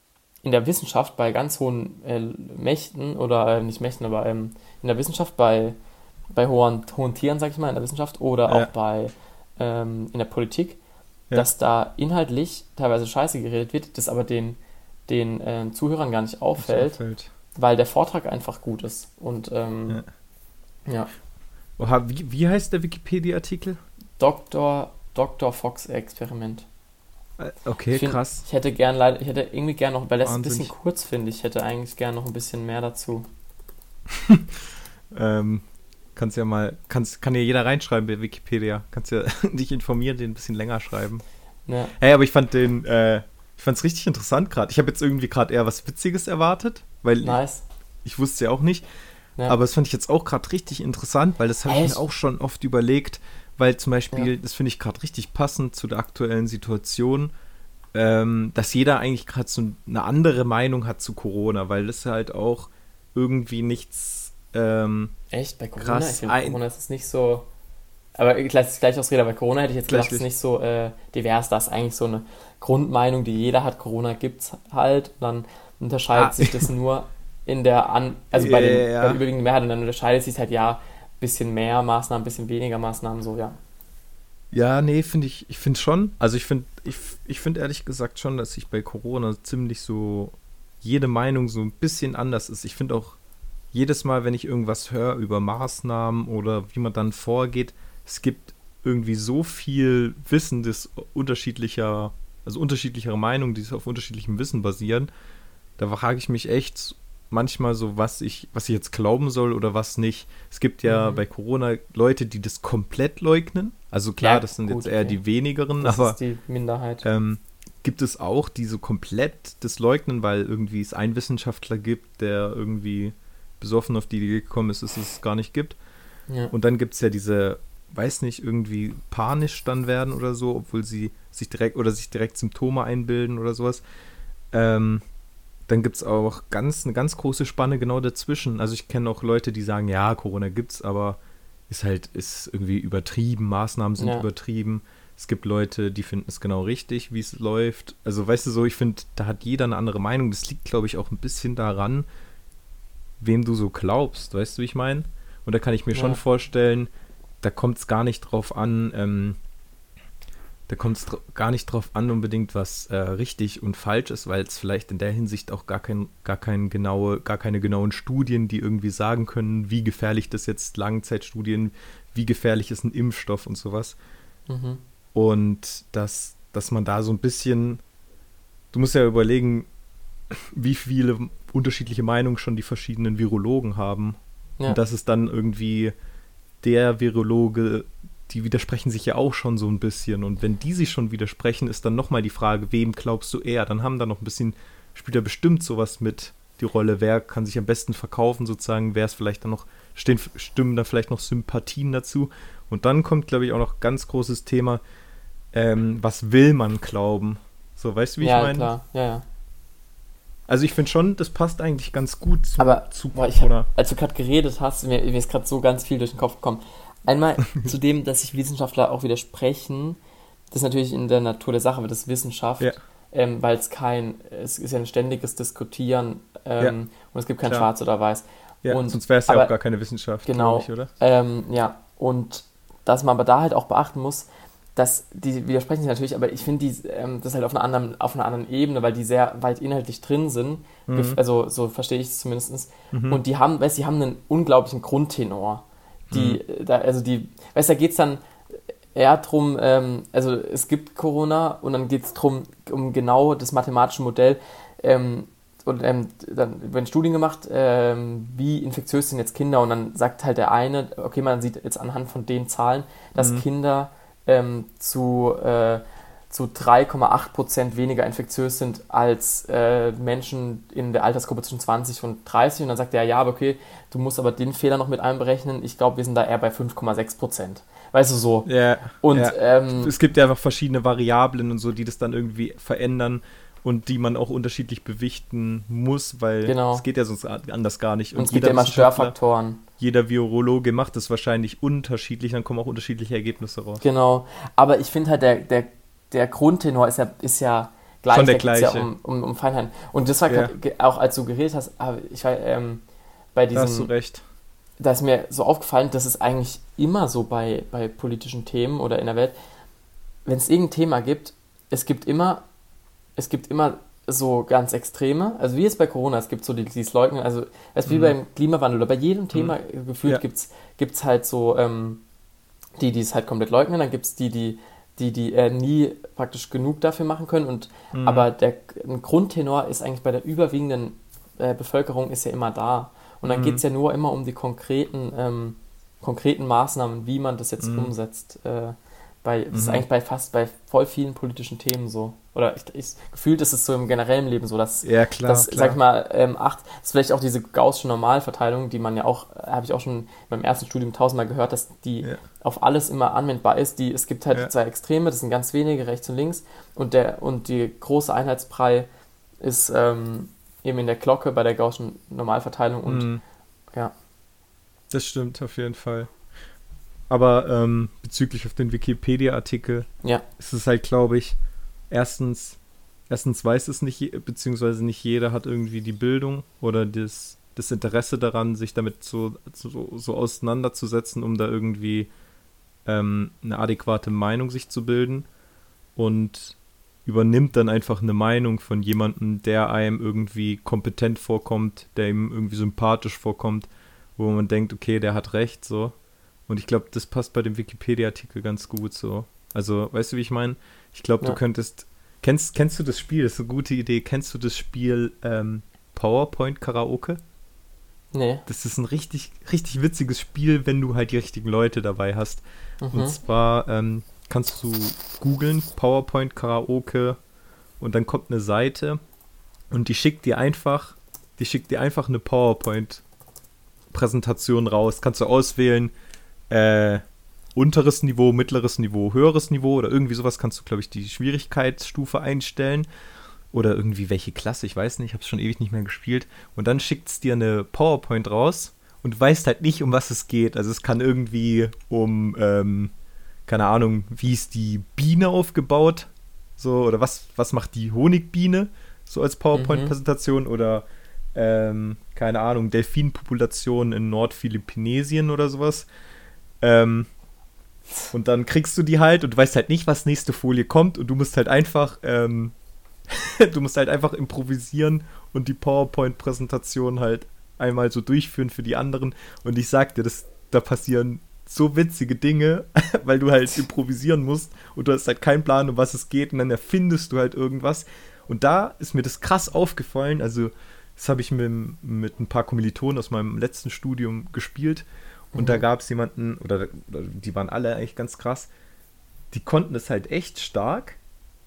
in der Wissenschaft bei ganz hohen äh, Mächten, oder äh, nicht Mächten, aber ähm, in der Wissenschaft bei, bei hohen, hohen Tieren, sag ich mal, in der Wissenschaft oder ja. auch bei ähm, in der Politik, ja. dass da inhaltlich teilweise Scheiße geredet wird, das aber den, den äh, Zuhörern gar nicht auffällt. auffällt. Weil der Vortrag einfach gut ist. Und ähm, ja. ja. Oha, wie, wie heißt der Wikipedia-Artikel? Doktor Doktor Fox Experiment. Okay, ich find, krass. Ich hätte gern leider, ich hätte irgendwie gern noch, weil das ein bisschen kurz finde, ich hätte eigentlich gern noch ein bisschen mehr dazu. ähm, kannst ja mal, kannst, kann ja jeder reinschreiben bei Wikipedia. Kannst ja dich informieren, den ein bisschen länger schreiben. Ja. Hey, aber ich fand den, äh, ich fand's richtig interessant gerade. Ich habe jetzt irgendwie gerade eher was Witziges erwartet. Weil nice. ich, ich wusste es ja auch nicht. Ja. Aber das fand ich jetzt auch gerade richtig interessant, weil das habe ich mir auch schon oft überlegt, weil zum Beispiel, ja. das finde ich gerade richtig passend zu der aktuellen Situation, ähm, dass jeder eigentlich gerade so eine andere Meinung hat zu Corona, weil das halt auch irgendwie nichts ähm, Echt? Bei Corona? krass Ich finde, bei Corona ist es nicht so... Aber ich lasse es gleich ausreden, bei Corona hätte ich jetzt gedacht, es ist nicht so äh, divers, das ist eigentlich so eine Grundmeinung, die jeder hat, Corona gibt's halt, und dann unterscheidet ah. sich das nur in der, An also bei, den, yeah. bei der überwiegenden Mehrheit, und dann unterscheidet sich halt, ja, ein bisschen mehr Maßnahmen, ein bisschen weniger Maßnahmen, so, ja. Ja, nee, finde ich, ich finde schon, also ich finde, ich, ich finde ehrlich gesagt schon, dass sich bei Corona ziemlich so jede Meinung so ein bisschen anders ist. Ich finde auch jedes Mal, wenn ich irgendwas höre über Maßnahmen oder wie man dann vorgeht, es gibt irgendwie so viel Wissen, das unterschiedlicher, also unterschiedlichere Meinungen, die auf unterschiedlichem Wissen basieren. Da frage ich mich echt manchmal so, was ich, was ich jetzt glauben soll oder was nicht. Es gibt ja mhm. bei Corona Leute, die das komplett leugnen. Also klar, ja, das sind gut, jetzt eher okay. die wenigeren, das aber ist die Minderheit. Ähm, gibt es auch, die so komplett das leugnen, weil irgendwie es einen Wissenschaftler gibt, der irgendwie besoffen auf die Idee gekommen ist, dass es es gar nicht gibt. Ja. Und dann gibt es ja diese, weiß nicht, irgendwie panisch dann werden oder so, obwohl sie sich direkt oder sich direkt Symptome einbilden oder sowas. Ähm, Dann gibt es auch ganz, eine ganz große Spanne genau dazwischen. Also ich kenne auch Leute, die sagen, ja, Corona gibt's, aber ist halt, ist irgendwie übertrieben, Maßnahmen sind ja. übertrieben. Es gibt Leute, die finden es genau richtig, wie es läuft. Also weißt du so, ich finde, da hat jeder eine andere Meinung. Das liegt, glaube ich, auch ein bisschen daran, wem du so glaubst, weißt du, wie ich meine? Und da kann ich mir ja. schon vorstellen, da kommt es gar nicht drauf an, ähm, Da kommt es dr- gar nicht drauf an, unbedingt, was äh, richtig und falsch ist, weil es vielleicht in der Hinsicht auch gar, kein, gar, kein genaue, gar keine genauen Studien, die irgendwie sagen können, wie gefährlich das jetzt, Langzeitstudien, wie gefährlich ist ein Impfstoff und sowas. Mhm. Und dass, dass man da so ein bisschen, du musst ja überlegen, wie viele unterschiedliche Meinungen schon die verschiedenen Virologen haben. Ja. Und das ist dann irgendwie der Virologe, die widersprechen sich ja auch schon so ein bisschen. Und wenn die sich schon widersprechen, ist dann nochmal die Frage, wem glaubst du eher? Dann haben da noch ein bisschen, spielt da bestimmt sowas mit die Rolle. Wer kann sich am besten verkaufen sozusagen? Wer ist vielleicht dann noch, stehen, stimmen da vielleicht noch Sympathien dazu? Und dann kommt, glaube ich, auch noch ganz großes Thema, ähm, was will man glauben? So, weißt du, wie ja, ich meine? Ja, klar, ja, ja. Also ich finde schon, das passt eigentlich ganz gut zu, Aber, zu boah, ich Corona. hab, als du gerade geredet hast, mir, mir ist gerade so ganz viel durch den Kopf gekommen. Einmal zu dem, dass sich Wissenschaftler auch widersprechen. Das ist natürlich in der Natur der Sache, aber das ist Wissenschaft, Ja. ähm, weil es kein, es ist ja ein ständiges Diskutieren ähm, Ja. und es gibt kein Klar. Schwarz oder Weiß. Ja, und, sonst wäre es ja aber- auch gar keine Wissenschaft, Genau. glaub ich, oder? Ähm, ja, und dass man aber da halt auch beachten muss, dass die widersprechen sich natürlich, aber ich finde die, ähm, das halt auf einer anderen, auf einer anderen Ebene, weil die sehr weit inhaltlich drin sind. Mhm. Gef- Also so verstehe ich es zumindest. Mhm. Und die haben, weißt du, die haben einen unglaublichen Grundtenor. Die, Mhm. äh, da, also die, weißt du, da geht es dann eher drum, ähm, also es gibt Corona und dann geht es drum, um genau das mathematische Modell. Ähm, und ähm, dann werden Studien gemacht, ähm, wie infektiös sind jetzt Kinder, und dann sagt halt der eine, okay, man sieht jetzt anhand von den Zahlen, dass Mhm. Kinder ähm, zu, äh, zu drei Komma acht Prozent weniger infektiös sind als äh, Menschen in der Altersgruppe zwischen zwanzig und dreißig, und dann sagt er, ja, aber okay, du musst aber den Fehler noch mit einberechnen, ich glaube, wir sind da eher bei fünf Komma sechs Prozent. Weißt du, so. Ja, Und ja. ähm, Es gibt ja einfach verschiedene Variablen und so, die das dann irgendwie verändern und die man auch unterschiedlich bewichten muss, weil Genau. es geht ja sonst anders gar nicht. und es gibt ja immer Wissenschaftler, Störfaktoren. jeder Virologe macht das wahrscheinlich unterschiedlich, dann kommen auch unterschiedliche Ergebnisse raus. Genau, aber ich finde halt, der, der, der Grundtenor ist ja, ist ja gleich, Schon der da geht's ja gleiche. um, um, um Feinheiten. Und das war Ja. grad, ge- auch als du geredet hast, aber ich war ähm, bei Da hast du diesem, recht. da ist mir so aufgefallen, das ist eigentlich immer so bei, bei politischen Themen oder in der Welt, wenn es irgendein Thema gibt, es gibt immer, es gibt immer so ganz Extreme, also wie jetzt bei Corona, es gibt so die, dieses Leugnen, also es ist wie Mhm. beim Klimawandel oder bei jedem Thema äh, gefühlt Ja. gibt's gibt's halt so ähm, die, die es halt komplett leugnen, dann gibt es die, die, die, die äh, nie praktisch genug dafür machen können, und Mhm. aber der ein Grundtenor ist eigentlich bei der überwiegenden äh, Bevölkerung ist ja immer da. Und dann Mhm. geht es ja nur immer um die konkreten, ähm, konkreten Maßnahmen, wie man das jetzt Mhm. umsetzt. Äh, bei, das ist Mhm. eigentlich bei fast bei voll vielen politischen Themen so. Oder ich, ich, gefühlt ist es so im generellen Leben so, dass, Ja, klar. dass klar. sag ich mal, ähm, acht, das ist vielleicht auch diese gaußsche Normalverteilung, die man ja auch, äh, habe ich auch schon beim ersten Studium tausendmal gehört, dass die Ja. auf alles immer anwendbar ist. Die, es gibt halt Ja. zwei Extreme, das sind ganz wenige, rechts und links. Und, der, und die große Einheitsbrei ist ähm, eben in der Glocke bei der gaußschen Normalverteilung. Und Mhm. ja. Das stimmt auf jeden Fall. Aber ähm, bezüglich auf den Wikipedia-Artikel Ja. ist es halt, glaube ich, erstens, erstens weiß es nicht, je- beziehungsweise nicht jeder hat irgendwie die Bildung oder das, das Interesse daran, sich damit so, so, so auseinanderzusetzen, um da irgendwie ähm, eine adäquate Meinung sich zu bilden, und übernimmt dann einfach eine Meinung von jemandem, der einem irgendwie kompetent vorkommt, der ihm irgendwie sympathisch vorkommt, wo man denkt, okay, der hat recht, so. Und ich glaube, das passt bei dem Wikipedia-Artikel ganz gut so. Also, weißt du, wie ich meine? Ich glaube, Ja. du könntest, kennst, kennst du das Spiel, das ist eine gute Idee, kennst du das Spiel ähm, PowerPoint-Karaoke? Nee. Das ist ein richtig, richtig witziges Spiel, wenn du halt die richtigen Leute dabei hast. Mhm. Und zwar ähm, kannst du googeln, PowerPoint Karaoke, und dann kommt eine Seite und die schickt dir einfach, die schickt dir einfach eine PowerPoint-Präsentation raus. Kannst du auswählen, äh, unteres Niveau, mittleres Niveau, höheres Niveau oder irgendwie sowas, kannst du, glaube ich, die Schwierigkeitsstufe einstellen. Oder irgendwie welche Klasse, ich weiß nicht, ich habe es schon ewig nicht mehr gespielt. Und dann schickt es dir eine PowerPoint raus und du weißt halt nicht, um was es geht. Also es kann irgendwie um, ähm, keine Ahnung, wie ist die Biene aufgebaut? So, oder was, was macht die Honigbiene? So als PowerPoint-Präsentation. Oder, ähm, keine Ahnung, Delfinpopulation in Nordphilippinesien oder sowas. Ähm, und dann kriegst du die halt und du weißt halt nicht, was nächste Folie kommt, und du musst halt einfach, ähm, du musst halt einfach improvisieren und die PowerPoint-Präsentation halt einmal so durchführen für die anderen. Und ich sag dir, das, da passieren so witzige Dinge, weil du halt improvisieren musst und du hast halt keinen Plan, um was es geht, und dann erfindest du halt irgendwas. Und da ist mir das krass aufgefallen, also das habe ich mit, mit ein paar Kommilitonen aus meinem letzten Studium gespielt, und Mhm. da gab es jemanden, oder, oder die waren alle eigentlich ganz krass, die konnten es halt echt stark,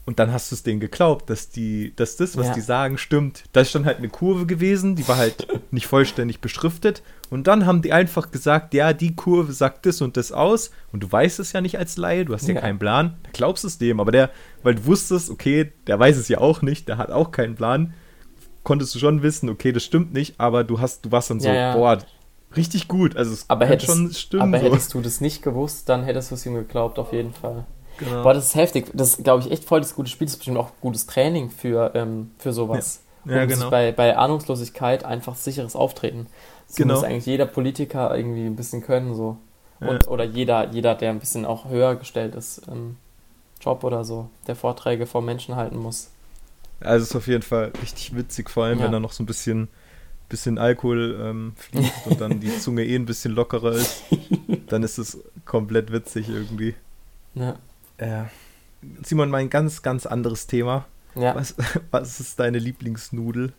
Und dann hast du es denen geglaubt, dass die, dass das, was Ja. die sagen, stimmt. Da ist dann halt eine Kurve gewesen, die war halt nicht vollständig beschriftet. Und dann haben die einfach gesagt, ja, die Kurve sagt das und das aus. Und du weißt es ja nicht als Laie, du hast ja, Ja. keinen Plan. Da glaubst es dem. Aber der, weil du wusstest, okay, der weiß es ja auch nicht, der hat auch keinen Plan, konntest du schon wissen, okay, das stimmt nicht. Aber du hast, du warst dann so, Ja, ja. boah, richtig gut. Also es Aber, kann hättest, schon stimmen. aber so. hättest du das nicht gewusst, dann hättest du es ihm geglaubt, auf jeden Fall. Genau. Boah, das ist heftig. Das ist, glaube ich, echt voll das gute Spiel. Das ist bestimmt auch gutes Training für, ähm, für sowas. Ja, ja, um genau. sich bei, bei Ahnungslosigkeit einfach sicheres Auftreten. Das Genau. muss eigentlich jeder Politiker irgendwie ein bisschen können. So. Ja. Und, oder jeder, jeder, der ein bisschen auch höher gestellt ist im Job oder so, der Vorträge vor Menschen halten muss. Also es ist auf jeden Fall richtig witzig, vor allem Ja. wenn da noch so ein bisschen, bisschen Alkohol ähm, fließt und dann die Zunge eh ein bisschen lockerer ist, dann ist es komplett witzig irgendwie. Ja. Ja. Simon, mal ein ganz, ganz anderes Thema. Ja. Was, was ist deine Lieblingsnudel?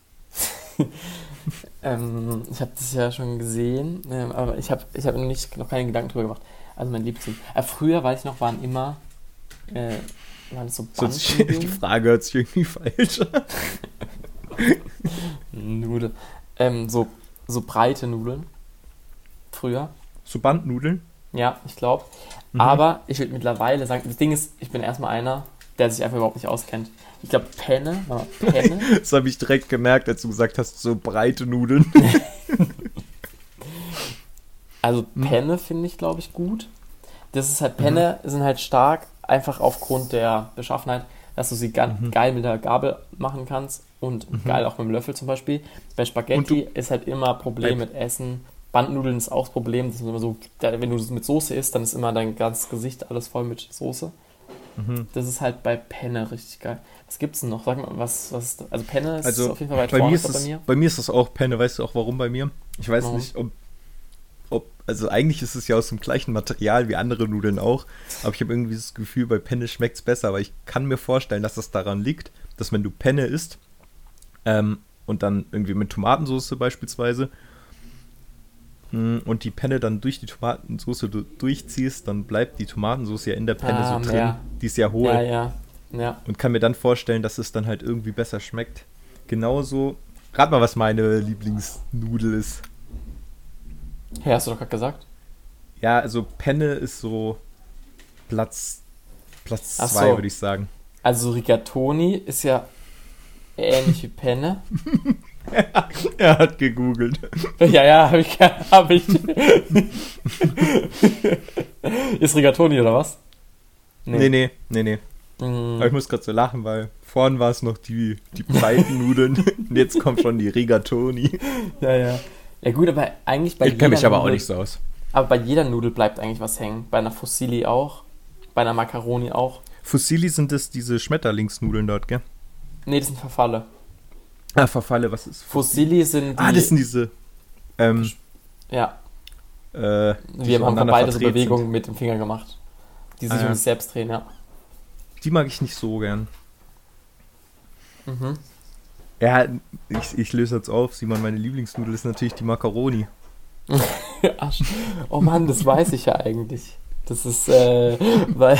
Ähm, ich habe das ja schon gesehen, ähm, aber ich habe ich hab noch, nicht, noch keine Gedanken drüber gemacht. Also mein Lieblings. Äh, früher, weiß ich noch, waren immer äh, waren das so So, die Bandnudeln. Frage hört sich irgendwie falsch an. Nudel. Ähm, so, so breite Nudeln. Früher. So Bandnudeln? Ja, ich glaube. Mhm. Aber ich würde mittlerweile sagen, das Ding ist, ich bin erstmal einer, der sich einfach überhaupt nicht auskennt. Ich glaube, Penne, warte mal, Penne. Das habe ich direkt gemerkt, als du gesagt hast, so breite Nudeln. Also Penne finde ich, glaube ich, gut. Das ist halt, Penne sind halt stark, einfach aufgrund der Beschaffenheit, dass du sie ga- Mhm. geil mit der Gabel machen kannst und Mhm. geil auch mit dem Löffel zum Beispiel. Bei Spaghetti ist halt immer Problem Bei- mit Essen. Bandnudeln ist auch das Problem, das ist immer so, da- wenn du das mit Soße isst, dann ist immer dein ganzes Gesicht alles voll mit Soße. Mhm. Das ist halt bei Penne richtig geil. Was gibt's denn noch? Sag mal, was, was ist da? Also Penne ist Also auf jeden Fall weit bei vorne mir, ist ist bei es, mir. bei mir ist das auch Penne. Weißt du auch warum bei mir? Ich weiß Warum? nicht, ob, ob, also eigentlich ist es ja aus dem gleichen Material wie andere Nudeln auch, aber ich habe irgendwie das Gefühl, bei Penne schmeckt es besser, aber ich kann mir vorstellen, dass das daran liegt, dass wenn du Penne isst ähm, und dann irgendwie mit Tomatensauce beispielsweise mh, und die Penne dann durch die Tomatensauce du durchziehst, dann bleibt die Tomatensauce ja in der Penne Ah, so drin. ja. Die ist ja hohl. Ja, ja, ja. Und kann mir dann vorstellen, dass es dann halt irgendwie besser schmeckt. Genauso, rat mal, was meine Lieblingsnudel ist. Hey, hast du doch gerade gesagt? Ja, also Penne ist so Platz Platz Ach zwei, so. würde ich sagen. Also Rigatoni ist ja ähnlich wie Penne. Er hat gegoogelt. Ja, ja, habe ich. Hab ich. Ist Rigatoni oder was? Nee, nee, nee, nee. Mm, Aber ich muss gerade so lachen, weil vorhin war es noch die, die breiten Nudeln und jetzt kommt schon die Rigatoni. ja, ja. Ja gut, aber eigentlich bei Ich kenne mich jeder aber auch Nudel- nicht so aus. Aber bei jeder Nudel bleibt eigentlich was hängen. Bei einer Fusilli auch. Bei einer Macaroni auch. Fusilli sind es diese Schmetterlingsnudeln dort, gell? Nee, das sind Verfalle. Ah, Verfalle, was ist Fusilli sind die... Ah, das sind diese ähm, ja, äh, die wir haben voneinander beide so verdreht Bewegungen mit dem Finger gemacht. Die sich Ah, ja. um sich selbst drehen, ja. sind. Die mag ich nicht so gern. Mhm. Ja, ich, ich löse jetzt auf. Simon, meine Lieblingsnudel ist natürlich die Macaroni. Ach, oh Mann, das weiß ich ja eigentlich. Das ist, äh, weil...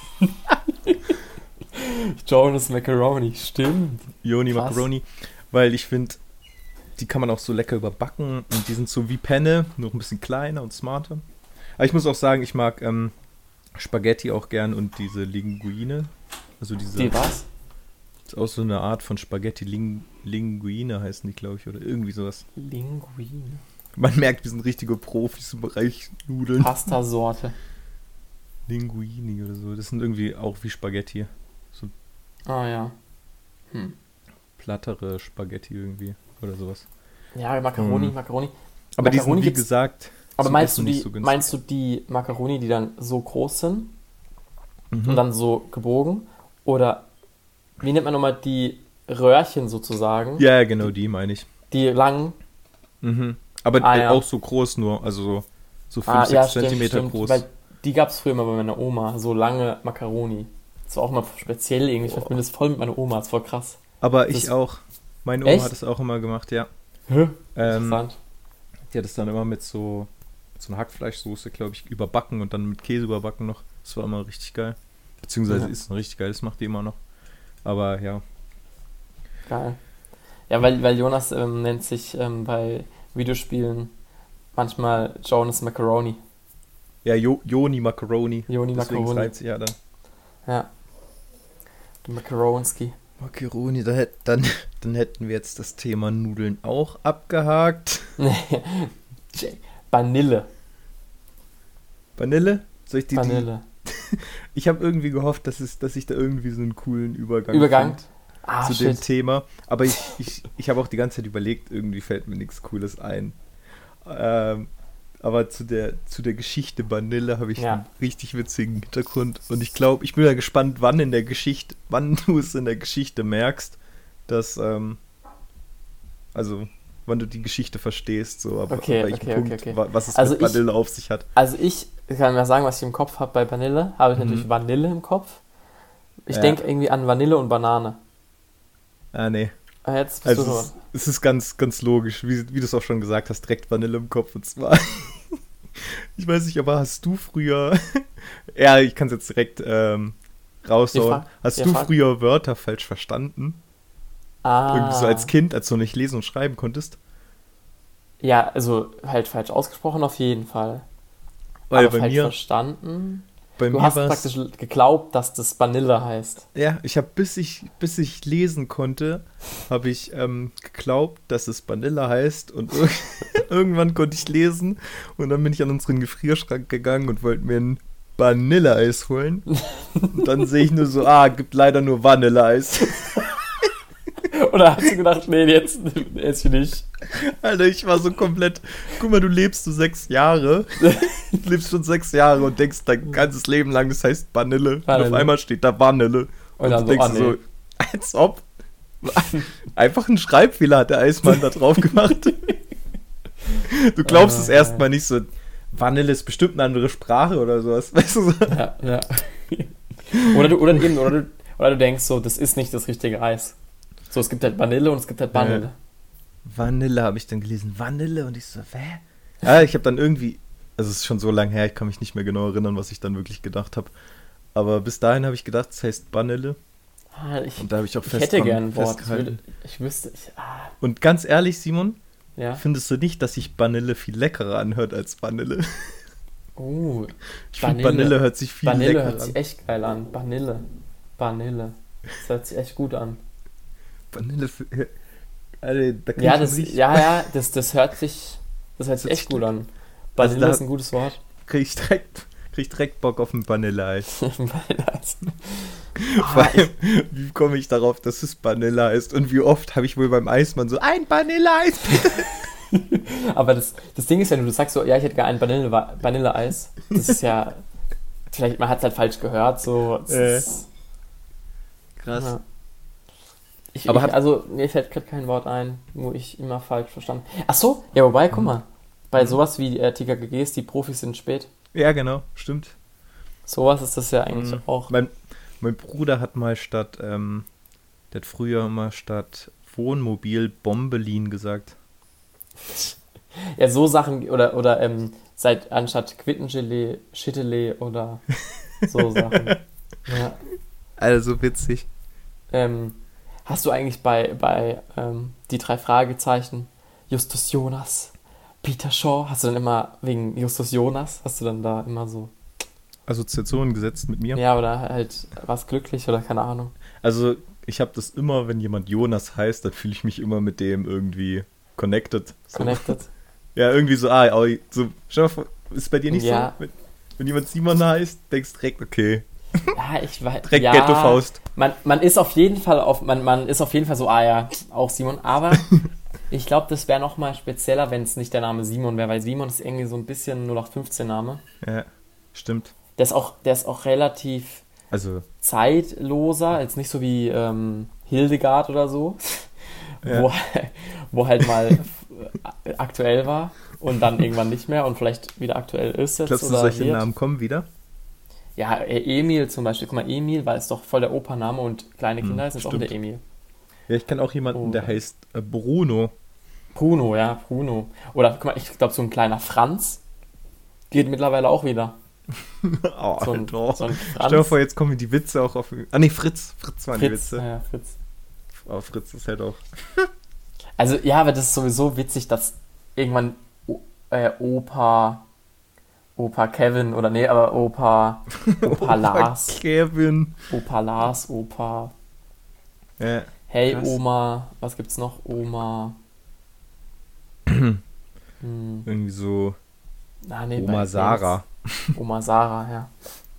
Jonas Macaroni, stimmt. Joni Krass. Macaroni. Weil ich finde, die kann man auch so lecker überbacken und die sind so wie Penne, nur ein bisschen kleiner und smarter. Aber ich muss auch sagen, ich mag ähm, Spaghetti auch gern und diese Linguine. Also diese... Die was? ist auch so eine Art von Spaghetti. Ling, Linguine heißen die, glaube ich, oder irgendwie sowas. Linguine. Man merkt, wir sind richtige Profis im Bereich Nudeln. Pasta-Sorte. Linguini oder so. Das sind irgendwie auch wie Spaghetti. So Ah ja. Hm. plattere Spaghetti irgendwie oder sowas. Ja, Macaroni, Hm. Macaroni. Aber die Macaroni sind, wie gibt's- gesagt, Aber zum meinst Essen du, nicht die, so günstig. meinst du die Macaroni, die dann so groß sind Mhm. und dann so gebogen? Oder wie nennt man nochmal die Röhrchen sozusagen? Ja, genau, die meine ich. Die langen. Mhm. Aber Ah, äh, ja. auch so groß nur, also so, so fünf, Ah, sechs ja, stimmt, Zentimeter stimmt. groß. Weil die gab es früher mal bei meiner Oma, so lange Macaroni. Das war auch mal speziell irgendwie. Ich bin das voll mit meiner Oma, das ist voll krass. Aber das ich ist- auch. Meine Oma Echt? hat das auch immer gemacht, ja. Hä? Ähm, Interessant. die hat es dann immer mit so, mit so einer Hackfleischsoße, glaube ich, überbacken und dann mit Käse überbacken noch. Das war immer richtig geil. Beziehungsweise Ja. ist richtig geil, das macht die immer noch. Aber ja. Geil. Ja, weil, weil Jonas ähm, nennt sich ähm, bei Videospielen manchmal Jonas Macaroni. Ja, jo- Joni Macaroni. Joni Deswegen Macaroni. reizt sich ja dann. Ja. Der Macaronski. Macaroni, da hätt, dann, dann hätten wir jetzt das Thema Nudeln auch abgehakt. Vanille. Vanille? Soll ich die, Vanille. die Ich habe irgendwie gehofft, dass, es, dass ich da irgendwie so einen coolen Übergang Übergang? finde Ah, zu shit. dem Thema. Aber ich, ich, ich habe auch die ganze Zeit überlegt, irgendwie fällt mir nichts Cooles ein. Ähm, aber zu der, zu der Geschichte Vanille habe ich Ja. einen richtig witzigen Hintergrund. Und ich glaube, ich bin ja gespannt, wann in der Geschichte, wann du es in der Geschichte merkst, dass, ähm, also, wann du die Geschichte verstehst, so, ab, Okay, ab welchem okay, Punkt, okay, okay. wa- was es Also mit ich- Vanille auf sich hat. Also ich kann mir sagen, was ich im Kopf habe bei Vanille. Habe ich Mhm. natürlich Vanille im Kopf. Ich Ja. denke irgendwie an Vanille und Banane. Ah, nee. Ah, Jetzt bist Also du es dran. ist, es ist ganz, ganz logisch, wie, wie du es auch schon gesagt hast, direkt Vanille im Kopf. Und zwar, ich weiß nicht, aber hast du früher, ja, ich kann es jetzt direkt ähm, raushauen, Ja, frag. hast Ja, du frag. früher Wörter falsch verstanden? Ah. Irgendwie so als Kind, als du nicht lesen und schreiben konntest? Ja, also halt falsch ausgesprochen auf jeden Fall. Weil Aber bei falsch mir, verstanden. bei Du mir hast war praktisch es, geglaubt, dass das Vanille heißt. ja, ich habe, bis ich, bis ich lesen konnte, habe ich ähm, geglaubt, dass es Vanille heißt und ir- irgendwann konnte ich lesen und dann bin ich an unseren Gefrierschrank gegangen und wollte mir ein Vanilleeis holen. Und dann sehe ich nur so, ah, gibt leider nur Vanilleeis. Oder hast du gedacht, nee, jetzt esse ich nicht. Alter, ich war so komplett, guck mal, du lebst so sechs Jahre, du lebst schon sechs Jahre und denkst dein ganzes Leben lang, das heißt Vanille. Und Vanille. auf einmal steht da Vanille. Und Und, dann du so, denkst ah, dir so, nee. als ob. Einfach ein Schreibfehler hat der Eismann da drauf gemacht. Du glaubst Ah, es erstmal nicht so, Vanille ist bestimmt eine andere Sprache oder sowas. Weißt du so? Ja, ja. Oder du, oder eben, oder du, oder du denkst so, das ist nicht das richtige Eis. So, es gibt halt Vanille und es gibt halt Vanille. Vanille habe ich dann gelesen. Vanille und ich so, hä? Ja, ich habe dann irgendwie, also es ist schon so lange her, ich kann mich nicht mehr genau erinnern, was ich dann wirklich gedacht habe. Aber bis dahin habe ich gedacht, es heißt Vanille. Ah, ich, Und da habe ich auch ich fest hätte dran gern ein Wort. Ich, festgehalten. würde, ich wüsste, ich, ah, Und ganz ehrlich, Simon, ja. findest du nicht, dass sich Vanille viel leckerer anhört als Vanille? Uh, Ich finde, Vanille. Vanille hört sich viel Vanille leckerer hört sich an. echt geil an. Vanille. Vanille. Das hört sich echt gut an. Vanille, für, Alter, da kann Ja, ich das, schon richtig, ja, ja, das, das hört sich, das hört sich Das echt gut an. Also Vanille da- ist ein gutes Wort. krieg ich direkt, krieg ich direkt Bock auf ein Vanilleeis. Vanilleeis. Vor Ah, allem, wie komme ich darauf, dass es Vanille ist? Und wie oft habe ich wohl beim Eismann so, ein Vanilleeis, bitte? Aber das, das Ding ist ja, nur, du sagst so, ja, ich hätte gerne ein Vanille, Vanilleeis. Das ist ja, vielleicht, man hat es halt falsch gehört, so. Das Äh. ist, Krass. ja. Ich, Aber ich, hab- also, mir fällt gerade kein Wort ein, wo ich immer falsch verstanden. Ach so, ja, wobei, guck mal, bei sowas wie äh, T K G Gs, die Profis sind spät. Ja, genau, stimmt. Sowas ist das ja eigentlich Mhm. auch. Mein, mein Bruder hat mal statt, ähm, der hat früher mal statt Wohnmobil Bombelin gesagt. Ja, so Sachen, oder, oder ähm, seit anstatt Quittengelee, Schittelee oder so Sachen. Ja. Also witzig. Ähm, hast du eigentlich bei, bei ähm, die drei Fragezeichen, Justus Jonas, Peter Shaw, hast du dann immer wegen Justus Jonas, hast du dann da immer so, Assoziationen gesetzt mit mir. ja, oder halt was glücklich oder keine Ahnung. Also ich habe das immer, wenn jemand Jonas heißt, dann fühle ich mich immer mit dem irgendwie connected. So. Connected. Ja, irgendwie so, ah, oh, so, stell mal vor, ist bei dir nicht Ja. so? Wenn, wenn jemand Simon heißt, denkst du direkt, okay, Ja, ich weiß. direkt ja, Ghetto-Faust. Man, man ist auf jeden Fall auf, man, man ist auf jeden Fall so, ah ja, auch Simon, aber ich glaube, das wäre nochmal spezieller, wenn es nicht der Name Simon wäre, weil Simon ist irgendwie so ein bisschen null acht fünfzehn Name. Ja, stimmt. Der ist auch, der ist auch relativ Also, zeitloser, jetzt nicht so wie ähm, Hildegard oder so, Ja. wo, wo halt mal aktuell war und dann irgendwann nicht mehr und vielleicht wieder aktuell ist jetzt. glaubst du, oder solche wird. Namen kommen wieder? Ja, äh, Emil zum Beispiel, guck mal, Emil, weil es doch voll der Opername und kleine Kinder Hm, heißen, ist auch stimmt. der Emil. Ja, ich kenne auch jemanden, Oh. der heißt äh, Bruno. Bruno, ja, Bruno. Oder guck mal, ich glaube, so ein kleiner Franz geht mittlerweile auch wieder. Oh, So ein, doch. so ein Stell dir Franz. vor, jetzt kommen die Witze auch auf... Ah, nee, Fritz. Fritz waren die Fritz, Witze. ja, Fritz. Oh, Fritz ist halt auch... Also, ja, aber das ist sowieso witzig, dass irgendwann o äh, Opa, Opa Kevin, oder nee, aber Opa, Opa Lars, Kevin. Opa Lars, Opa, Ja. hey Krass. Oma, was gibt's noch? Oma, hm, Irgendwie so ah, nee, bei- Oma Sarah. Oma Sarah, ja.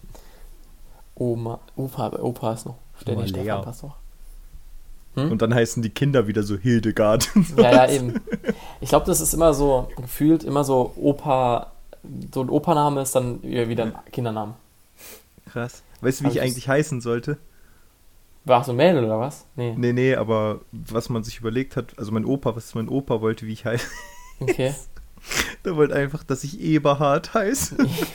Oma, Opa, Opa ist noch ständig Oma Lea. Stefan, passt doch. Hm? Und dann heißen die Kinder wieder so Hildegard. Ja, ja, eben. Ich glaube, das ist immer so, gefühlt immer so Opa, so ein Opa-Name ist dann wieder ein Kindername. Krass. Weißt du, wie Hab ich ich eigentlich heißen sollte? War so ein Mädel oder was? Nee. Nee, nee, aber was man sich überlegt hat, also mein Opa, was mein Opa wollte, wie ich heiße, Okay. der wollte einfach, dass ich Eberhard heiße.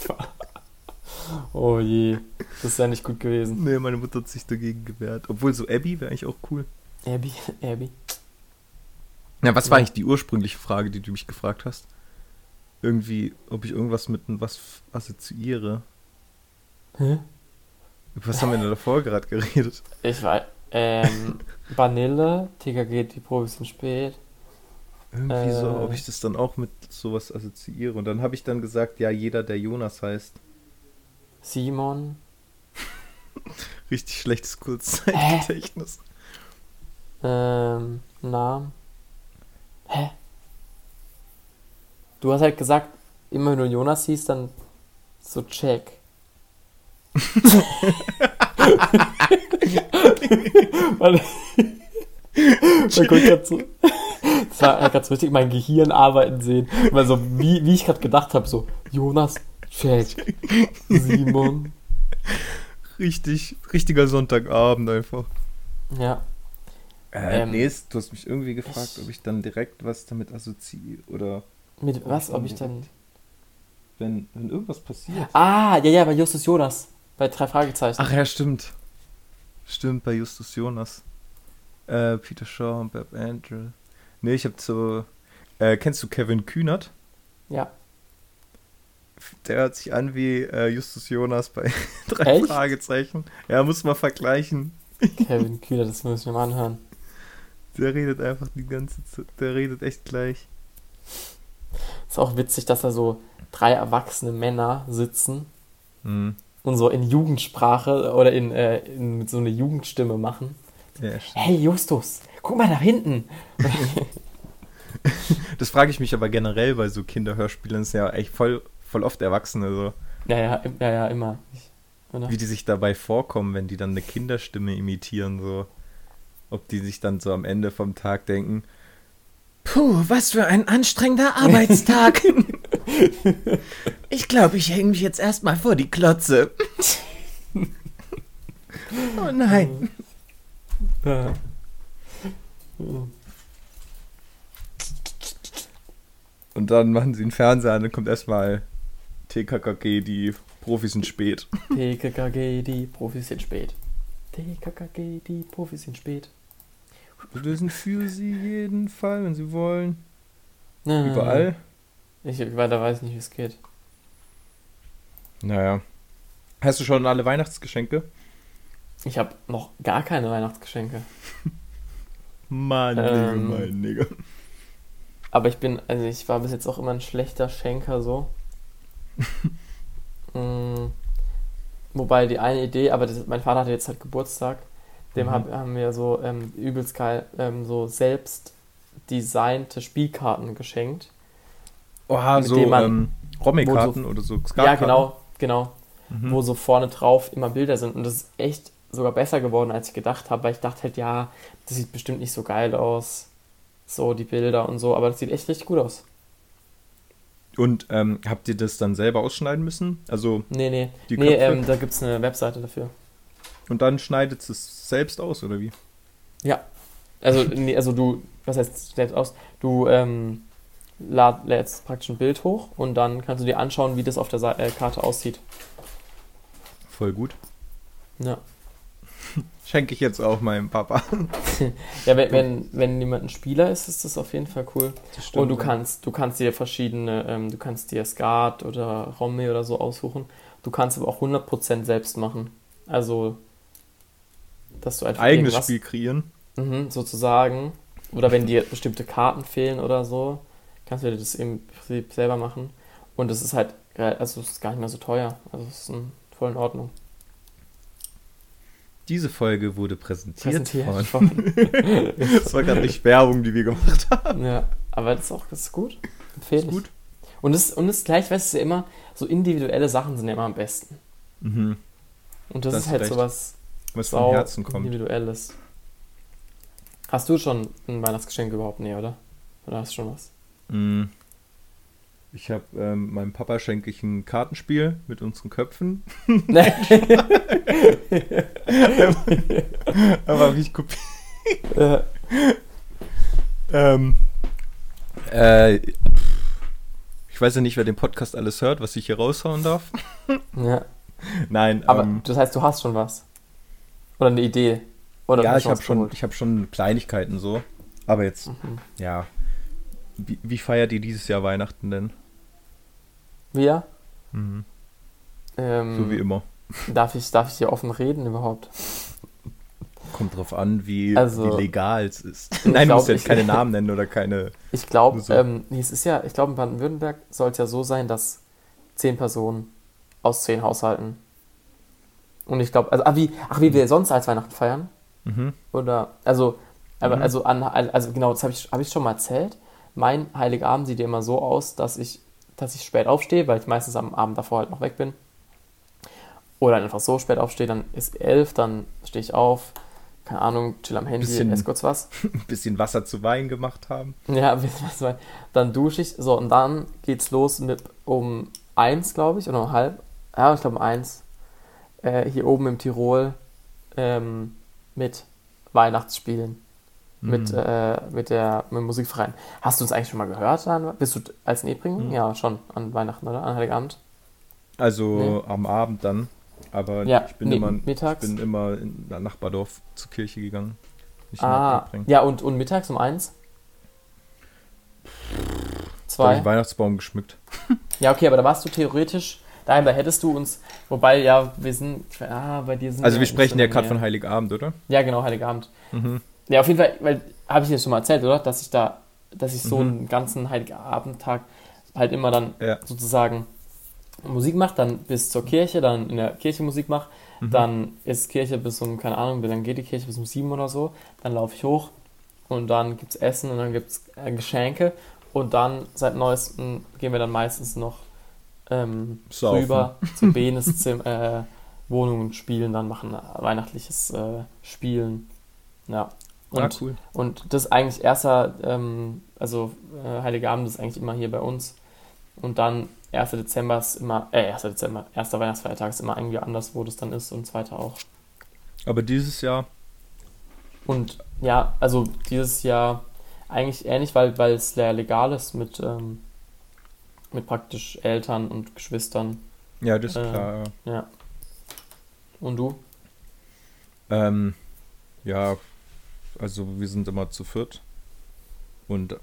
Oh je, das ist ja nicht gut gewesen. Nee, meine Mutter hat sich dagegen gewehrt. Obwohl so Abby wäre eigentlich auch cool. Abby, Abby. Ja, was war Ja. eigentlich die ursprüngliche Frage, die du mich gefragt hast? Irgendwie, ob ich irgendwas mit was assoziiere. Hä? Über was haben wir denn davor gerade geredet? Ich weiß. Ähm, Vanille, T K G, die Profis sind spät. Irgendwie so, Äh. ob ich das dann auch mit sowas assoziiere. Und dann habe ich dann gesagt, ja, jeder, der Jonas heißt. Simon. Richtig schlechtes Kurzzeitgedächtnis. Ähm, Namen. Hä? Du hast halt gesagt, immer wenn du Jonas siehst, dann so check. Weil, man konnte grad so, das war halt gerade so richtig mein Gehirn arbeiten sehen. Weil so, wie, wie ich gerade gedacht habe, so, Jonas, check. Simon. Richtig, richtiger Sonntagabend einfach. Ja. Äh, Ähm, nee, es- du hast mich irgendwie gefragt, ich- ob ich dann direkt was damit assoziiere. Oder Mit Ob was? ich dann Ob ich dann. wenn, wenn irgendwas passiert. Ah, ja, ja, bei Justus Jonas. Bei drei Fragezeichen. Ach ja, stimmt. Stimmt, bei Justus Jonas. Äh, Peter Shaw und Bob Andrew. Nee, ich hab so... Äh, kennst du Kevin Kühnert? Ja. Der hört sich an wie äh, Justus Jonas bei drei Echt? Fragezeichen. Ja, muss man vergleichen. Kevin Kühler, das muss ich mir mal anhören. Der redet einfach die ganze Zeit. Der redet echt gleich. Ist auch witzig, dass da so drei erwachsene Männer sitzen Hm. und so in Jugendsprache oder in, äh, in mit so eine Jugendstimme machen. Ja, stimmt. Hey Justus, guck mal nach hinten. Das frage ich mich aber generell bei so Kinderhörspielen. Das sind ja echt voll, voll oft Erwachsene, so. Ja, ja, im- ja, ja, immer. Ich, oder? Wie die sich dabei vorkommen, wenn die dann eine Kinderstimme imitieren, so. Ob die sich dann so am Ende vom Tag denken, puh, was für ein anstrengender Arbeitstag. Ich glaube, ich hänge mich jetzt erstmal vor die Klotze. Oh nein. Ja. Und dann machen sie den Fernseher an, dann kommt erstmal T K K G, die Profis sind spät. T K K G, die Profis sind spät. T K K G, die Profis sind spät. Wir lösen für sie jeden Fall, wenn sie wollen. Na, Überall. Ich weiter weiß nicht, wie es geht. Naja. Hast du schon alle Weihnachtsgeschenke? Ich habe noch gar keine Weihnachtsgeschenke. Mann, Ähm. Nigga, mein Nigga. Aber ich bin, also ich war bis jetzt auch immer ein schlechter Schenker so. mm, wobei die eine Idee, aber das, mein Vater hatte jetzt halt Geburtstag, dem Mhm. hab, haben wir so ähm, übelst geil ähm, so selbst designte Spielkarten geschenkt. Oha, mit so dem man- ähm, Romic-Karten oder so Skatkarten. Ja, genau, genau. Mhm. Wo so vorne drauf immer Bilder sind. Und das ist echt sogar besser geworden, als ich gedacht habe, weil ich dachte halt, ja, das sieht bestimmt nicht so geil aus. So, die Bilder und so, aber das sieht echt richtig gut aus. Und ähm, habt ihr das dann selber ausschneiden müssen? Also, Nee, nee. Die nee, Köpfe? ähm, da gibt's eine Webseite dafür. und dann schneidet es selbst aus, oder wie? Ja. Also, nee, also du, was heißt selbst aus? Du ähm, lad, lädst praktisch ein Bild hoch und dann kannst du dir anschauen, wie das auf der Sa- äh, Karte aussieht. Voll gut. Ja. Schenke ich jetzt auch meinem Papa. Ja, wenn, wenn, wenn jemand ein Spieler ist, ist das auf jeden Fall cool. Das Und du kannst, du kannst dir verschiedene, ähm, du kannst dir Skat oder Romy oder so aussuchen. Du kannst aber auch hundert Prozent selbst machen. Also, dass du einfach Eigenes irgendwas, Spiel kreieren. mhm, sozusagen, oder wenn dir bestimmte Karten fehlen oder so, kannst du dir das im Prinzip selber machen. Und es ist halt, also es ist gar nicht mehr so teuer. Also es ist ein, voll in Ordnung. Diese Folge wurde präsentiert, Präsentiert von... von. Das war gerade nicht Werbung, die wir gemacht haben. Ja, aber das ist auch, das ist gut. Empfehle Ist ich. gut. Und das, und das gleich, weißt du, ja immer, so individuelle Sachen sind ja immer am besten. Mhm. Und das, Das ist ist halt recht. sowas Was vom sau Herzen kommt. Individuelles. Hast du schon ein Weihnachtsgeschenk überhaupt? Nee, oder? Oder hast du schon was? Mm. Ich habe ähm, meinem Papa schenke ich ein Kartenspiel mit unseren Köpfen. Aber habe ich kopiert. Ja. ähm, äh, ich weiß ja nicht, wer den Podcast alles hört, was ich hier raushauen darf. Ja. Nein, Aber ähm, das heißt, du hast schon was? Oder eine Idee? Oder ja, hast ich du habe was schon, geholt? ich habe schon Kleinigkeiten so. Aber jetzt, Mhm. ja. Wie, wie feiert ihr dieses Jahr Weihnachten denn? Wir? Mhm. Ähm, So wie immer. Darf ich, darf ich hier offen reden überhaupt? Kommt drauf an, wie, Also, wie legal es ist. ich Nein, du musst glaub, jetzt ich- keine Namen nennen oder keine. Ich glaube, So. ähm, nee, es ist ja, ich glaube, in Baden-Württemberg soll es ja so sein, dass zehn Personen aus zehn Haushalten. Und ich glaube, also, ach, wie, ach, wie wir sonst als Weihnachten feiern? Mhm. Oder, also, aber, Mhm. also, an, also genau, das habe ich, hab ich schon mal erzählt. Mein Heiligabend sieht ja immer so aus, dass ich, dass ich spät aufstehe, weil ich meistens am Abend davor halt noch weg bin. Oder einfach so spät aufstehe, dann ist elf, dann stehe ich auf, keine Ahnung, chill am Handy, Bisschen- esse kurz was. Ein bisschen Wasser zu Wein gemacht haben. Ja, was war- dann dusche ich, so, und dann geht's los mit um eins, glaube ich, oder um halb. Ja, ich glaube um eins. Äh, hier oben im Tirol ähm, mit Weihnachtsspielen. Mit, Mhm. äh, mit, der, mit dem Musikverein. Hast du uns eigentlich schon mal gehört? An, bist du als Nebring? Mhm. Ja, schon. An Weihnachten, oder? An Heiligabend? Also am Abend dann. Aber Ja, ich bin nee, immer, mittags. ich bin immer in ein Nachbardorf zur Kirche gegangen. Nicht in Ah, Marktbring. ja, und, und mittags um eins? Da habe ich Zwei? einen Weihnachtsbaum geschmückt. Ja, okay, aber da warst du theoretisch, daheim, da hättest du uns, wobei, ja, wir sind, ah, bei dir sind Also wir nicht sprechen so ja in der gerade Nähe. von Heiligabend, oder? Ja, genau, Heiligabend. Mhm. Ja, auf jeden Fall, weil, habe ich dir schon mal erzählt, oder? Dass ich da, dass ich so Mhm. einen ganzen Heiligabendtag halt immer dann Ja. sozusagen Musik mache, dann bis zur Kirche, dann in der Kirche Musik mache, Mhm. dann ist Kirche bis um, keine Ahnung, dann geht die Kirche bis um sieben oder so, dann laufe ich hoch und dann gibt es Essen und dann gibt es äh, Geschenke und dann seit neuestem gehen wir dann meistens noch ähm, Saufen. rüber zu Benes Zim- äh, Wohnung und spielen, dann machen weihnachtliches äh, Spielen. Ja. Und, Ah, cool. und das ist eigentlich erster, ähm, also äh, Heiligabend ist eigentlich immer hier bei uns. Und dann erster Dezember ist immer, äh, erster Dezember, erster Weihnachtsfeiertag ist immer irgendwie anders, wo das dann ist und zweiter auch. Aber dieses Jahr, Und ja, also dieses Jahr eigentlich ähnlich, weil, weil es ja legal ist mit, ähm, mit praktisch Eltern und Geschwistern. ja, das ist Äh, klar. Ja. Und du? Ähm, ja, also wir sind immer zu viert. Und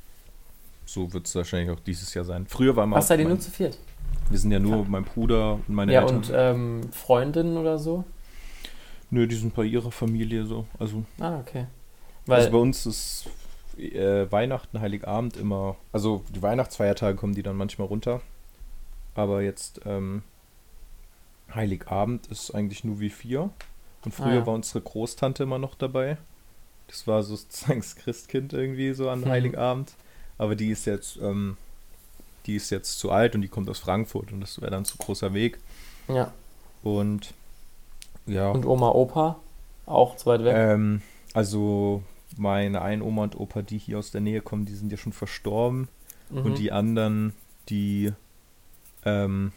so wird es wahrscheinlich auch dieses Jahr sein. Früher war mal. Was seid ihr mein, nur zu viert? wir sind ja nur mein Bruder und meine Ja, Eltern. und ähm, Freundinnen oder so? Nö, die sind bei ihrer Familie so. Also, Ah, okay. Weil, also bei uns ist äh, Weihnachten, Heiligabend immer. Also die Weihnachtsfeiertage kommen die dann manchmal runter. Aber jetzt ähm, Heiligabend ist eigentlich nur wie vier. Und früher Ah, ja. war unsere Großtante immer noch dabei. Das war sozusagen das Christkind irgendwie so an Mhm. Heiligabend. Aber die ist jetzt, ähm, die ist jetzt zu alt und die kommt aus Frankfurt und das wäre dann zu großer Weg. ja. Und ja, Und Oma, Opa? Auch zu weit weg? ähm, also meine ein Oma und Opa, die hier aus der Nähe kommen, die sind ja schon verstorben. Mhm. Und die anderen, die, ähm,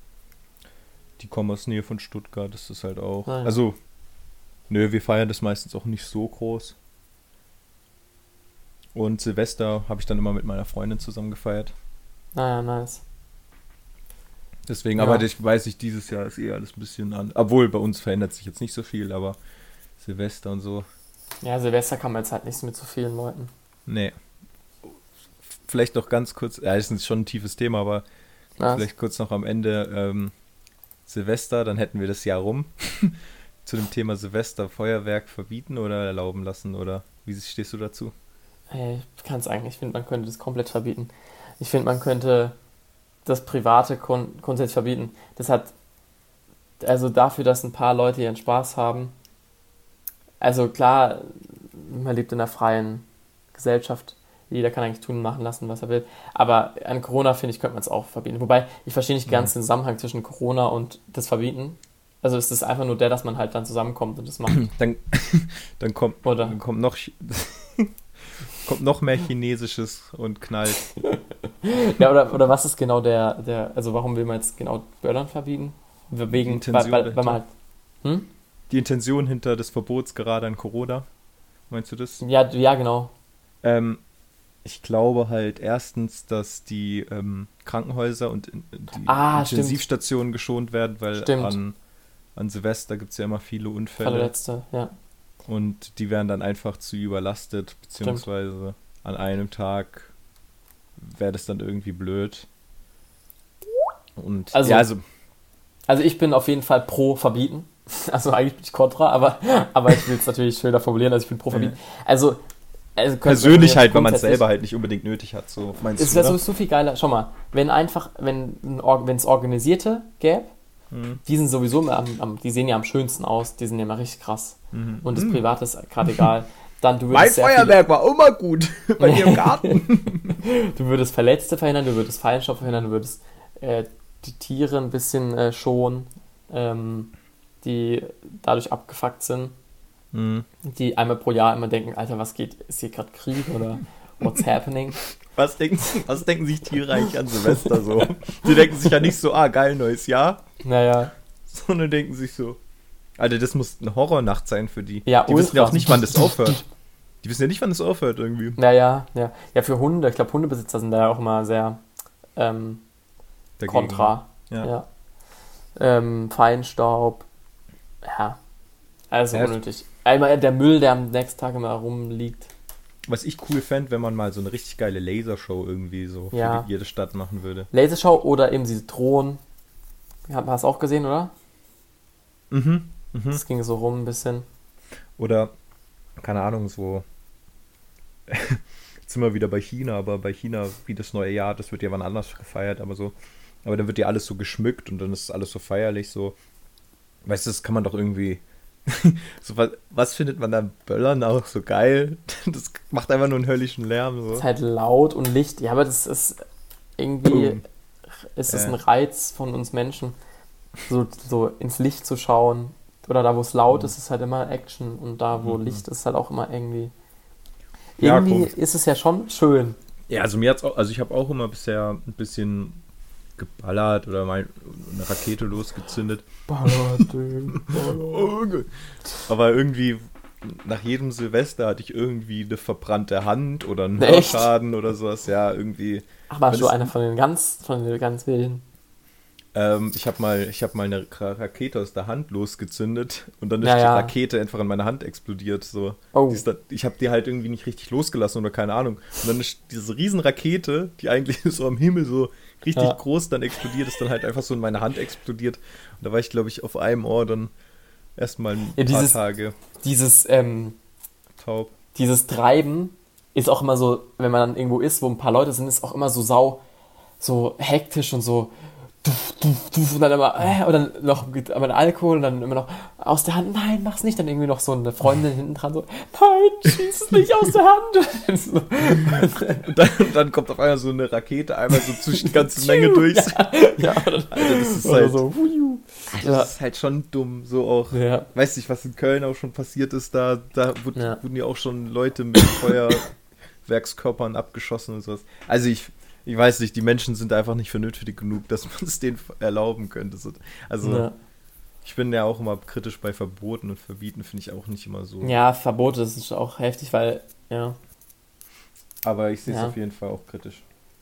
die kommen aus Nähe von Stuttgart, das ist halt auch. Ah, ja. Also, nö, wir feiern das meistens auch nicht so groß. Und Silvester habe ich dann immer mit meiner Freundin zusammen gefeiert. Naja, nice. Deswegen, Ja. aber ich weiß ich, dieses Jahr ist eh alles ein bisschen an. Obwohl, bei uns verändert sich jetzt nicht so viel, aber Silvester und so, Ja, Silvester kann man jetzt halt nicht mit so vielen Leuten. nee. Vielleicht noch ganz kurz, ja, das ist schon ein tiefes Thema, aber Was? vielleicht kurz noch am Ende. Ähm, Silvester, dann hätten wir das Jahr rum. Zu dem Thema Silvester, Feuerwerk verbieten oder erlauben lassen, oder wie stehst du dazu? Hey, ich kann es eigentlich, ich finde, man könnte das komplett verbieten. Ich finde, man könnte das Private grund- grundsätzlich verbieten. Das hat, also dafür, dass ein paar Leute ihren Spaß haben, also klar, man lebt in einer freien Gesellschaft, jeder kann eigentlich tun und machen lassen, was er will, aber an Corona, finde ich, könnte man es auch verbieten. Wobei, ich verstehe nicht ganz den Zusammenhang zwischen Corona und das Verbieten. Also es ist einfach nur der, dass man halt dann zusammenkommt und das macht. Dann, dann, kommt, Oder? dann kommt noch kommt noch mehr Chinesisches und knallt. Ja, oder, oder was ist genau der, der, also warum will man jetzt genau Böllern verbieten? Wegen, weil, weil, weil man halt, hm? Die Intention hinter des Verbots gerade an Corona, meinst du das? Ja, ja, genau. Ähm, ich glaube halt erstens, dass die ähm, Krankenhäuser und in, die Ah, Intensivstationen geschont werden, weil Stimmt. an, an Silvester gibt es ja immer viele Unfälle. Verletzte, ja. Und die werden dann einfach zu überlastet, beziehungsweise an einem Tag wäre das dann irgendwie blöd. Und Also- ja, also Also ich bin auf jeden Fall pro Verbieten. Also eigentlich bin ich kontra, aber, aber ich will es natürlich schöner formulieren, also ich bin pro Verbieten. Also, also könnte- persönlich halt, weil man es grundsätzlich- selber halt nicht unbedingt nötig hat, so meinst Es du, wäre oder? so, so viel geiler. Schau mal, wenn einfach, wenn ein Or- wenn es Organisierte gäbe, Mhm. die sind sowieso immer am, am, die sehen ja am schönsten aus, die sind ja immer richtig krass. Mhm. Und das Mhm. Private ist gerade egal. Dann du Mein würdest sehr Feuerwerk war immer gut bei dir im Garten. Viele, du würdest Verletzte verhindern, du würdest Feinstaub verhindern, du würdest äh, die Tiere ein bisschen äh, schonen, ähm, die dadurch abgefuckt sind, Mhm. die einmal pro Jahr immer denken, Alter, was geht, ist hier gerade Krieg oder what's happening? Was denken, was denken sich Tiere eigentlich an Silvester so? Die denken sich ja nicht so, ah, geil, neues Jahr, Naja, sondern denken sich so, Alter, das muss eine Horrornacht sein für die. Ja, die wissen ja ultra. auch nicht, wann das aufhört. Die wissen ja nicht, wann das aufhört irgendwie. naja, ja. Ja, für Hunde, ich glaube, Hundebesitzer sind da ja auch immer sehr ähm, Dagegen. kontra. Ja. Ja. Ähm, Feinstaub. Ja. Also Ja. unnötig. Einmal der Müll, der am nächsten Tag immer rumliegt. Was ich cool fände, wenn man mal so eine richtig geile Lasershow irgendwie so Ja. für die, jede Stadt machen würde. Lasershow oder eben diese Drohnen. Hast du auch gesehen, oder? Mhm. Mhm. Das ging so rum ein bisschen. Oder, keine Ahnung, so. Jetzt sind wir wieder bei China, aber bei China, wie das neue Jahr, das wird ja wann anders gefeiert, aber so. Aber dann wird ja alles so geschmückt und dann ist alles so feierlich, so. Weißt du, das kann man doch irgendwie. so, was, was findet man an Böllern auch so geil? Das macht einfach nur einen höllischen Lärm, Es so. ist halt laut und Licht. Ja, aber das ist irgendwie. Boom. Ist das Ja. ein Reiz von uns Menschen, so, so ins Licht zu schauen. Oder da, wo es laut ist, ist halt immer Action. Und da, wo Mhm. Licht ist, ist halt auch immer irgendwie. Ja, Irgendwie komisch. ist es ja schon schön. Ja, also mir hat's auch, also ich habe auch immer bisher ein bisschen geballert oder mal eine Rakete losgezündet. Aber irgendwie nach jedem Silvester hatte ich irgendwie eine verbrannte Hand oder einen Echt? Hörschaden oder sowas. Ja, irgendwie. Ach, warst Wenn du es- einer von den ganz, von den ganz wilden? Ähm, ich habe mal, ich habe mal eine Ra- Rakete aus der Hand losgezündet und dann ist Ja, die ja. Rakete einfach in meiner Hand explodiert. So. Oh. Die ist da, ich habe die halt irgendwie nicht richtig losgelassen oder keine Ahnung. Und dann ist diese riesen Rakete, die eigentlich so am Himmel so richtig Ja. groß dann explodiert, ist dann halt einfach so in meine Hand explodiert. Und da war ich, glaube ich, auf einem Ohr dann erstmal ein Ja, paar dieses- Tage Dieses, ähm, taub. dieses Treiben ist auch immer so, wenn man dann irgendwo ist, wo ein paar Leute sind, ist auch immer so sau, so hektisch und so duf, duf, duf, und dann immer, äh, und dann noch mit aber Alkohol und dann immer noch aus der Hand, nein, mach's nicht, dann irgendwie noch so eine Freundin hinten dran so, nein, schieß es nicht aus der Hand. So. Und dann, und dann kommt auf einmal so eine Rakete einmal so zwischen die ganze Menge durch. Ja, oder, Alter, das ist oder halt, so, huiu. das Ja. ist halt schon dumm. So auch, Ja. weiß nicht, was in Köln auch schon passiert ist, da, da wurden, Ja. wurden ja auch schon Leute mit Feuerwerkskörpern abgeschossen und sowas. Also ich, ich weiß nicht, die Menschen sind einfach nicht vernünftig genug, dass man es denen erlauben könnte. So, also Ja. ich bin ja auch immer kritisch bei Verboten und Verbieten, finde ich auch nicht immer so. Ja, Verbote, das ist auch heftig, weil, ja. Aber ich sehe es Ja. auf jeden Fall auch kritisch.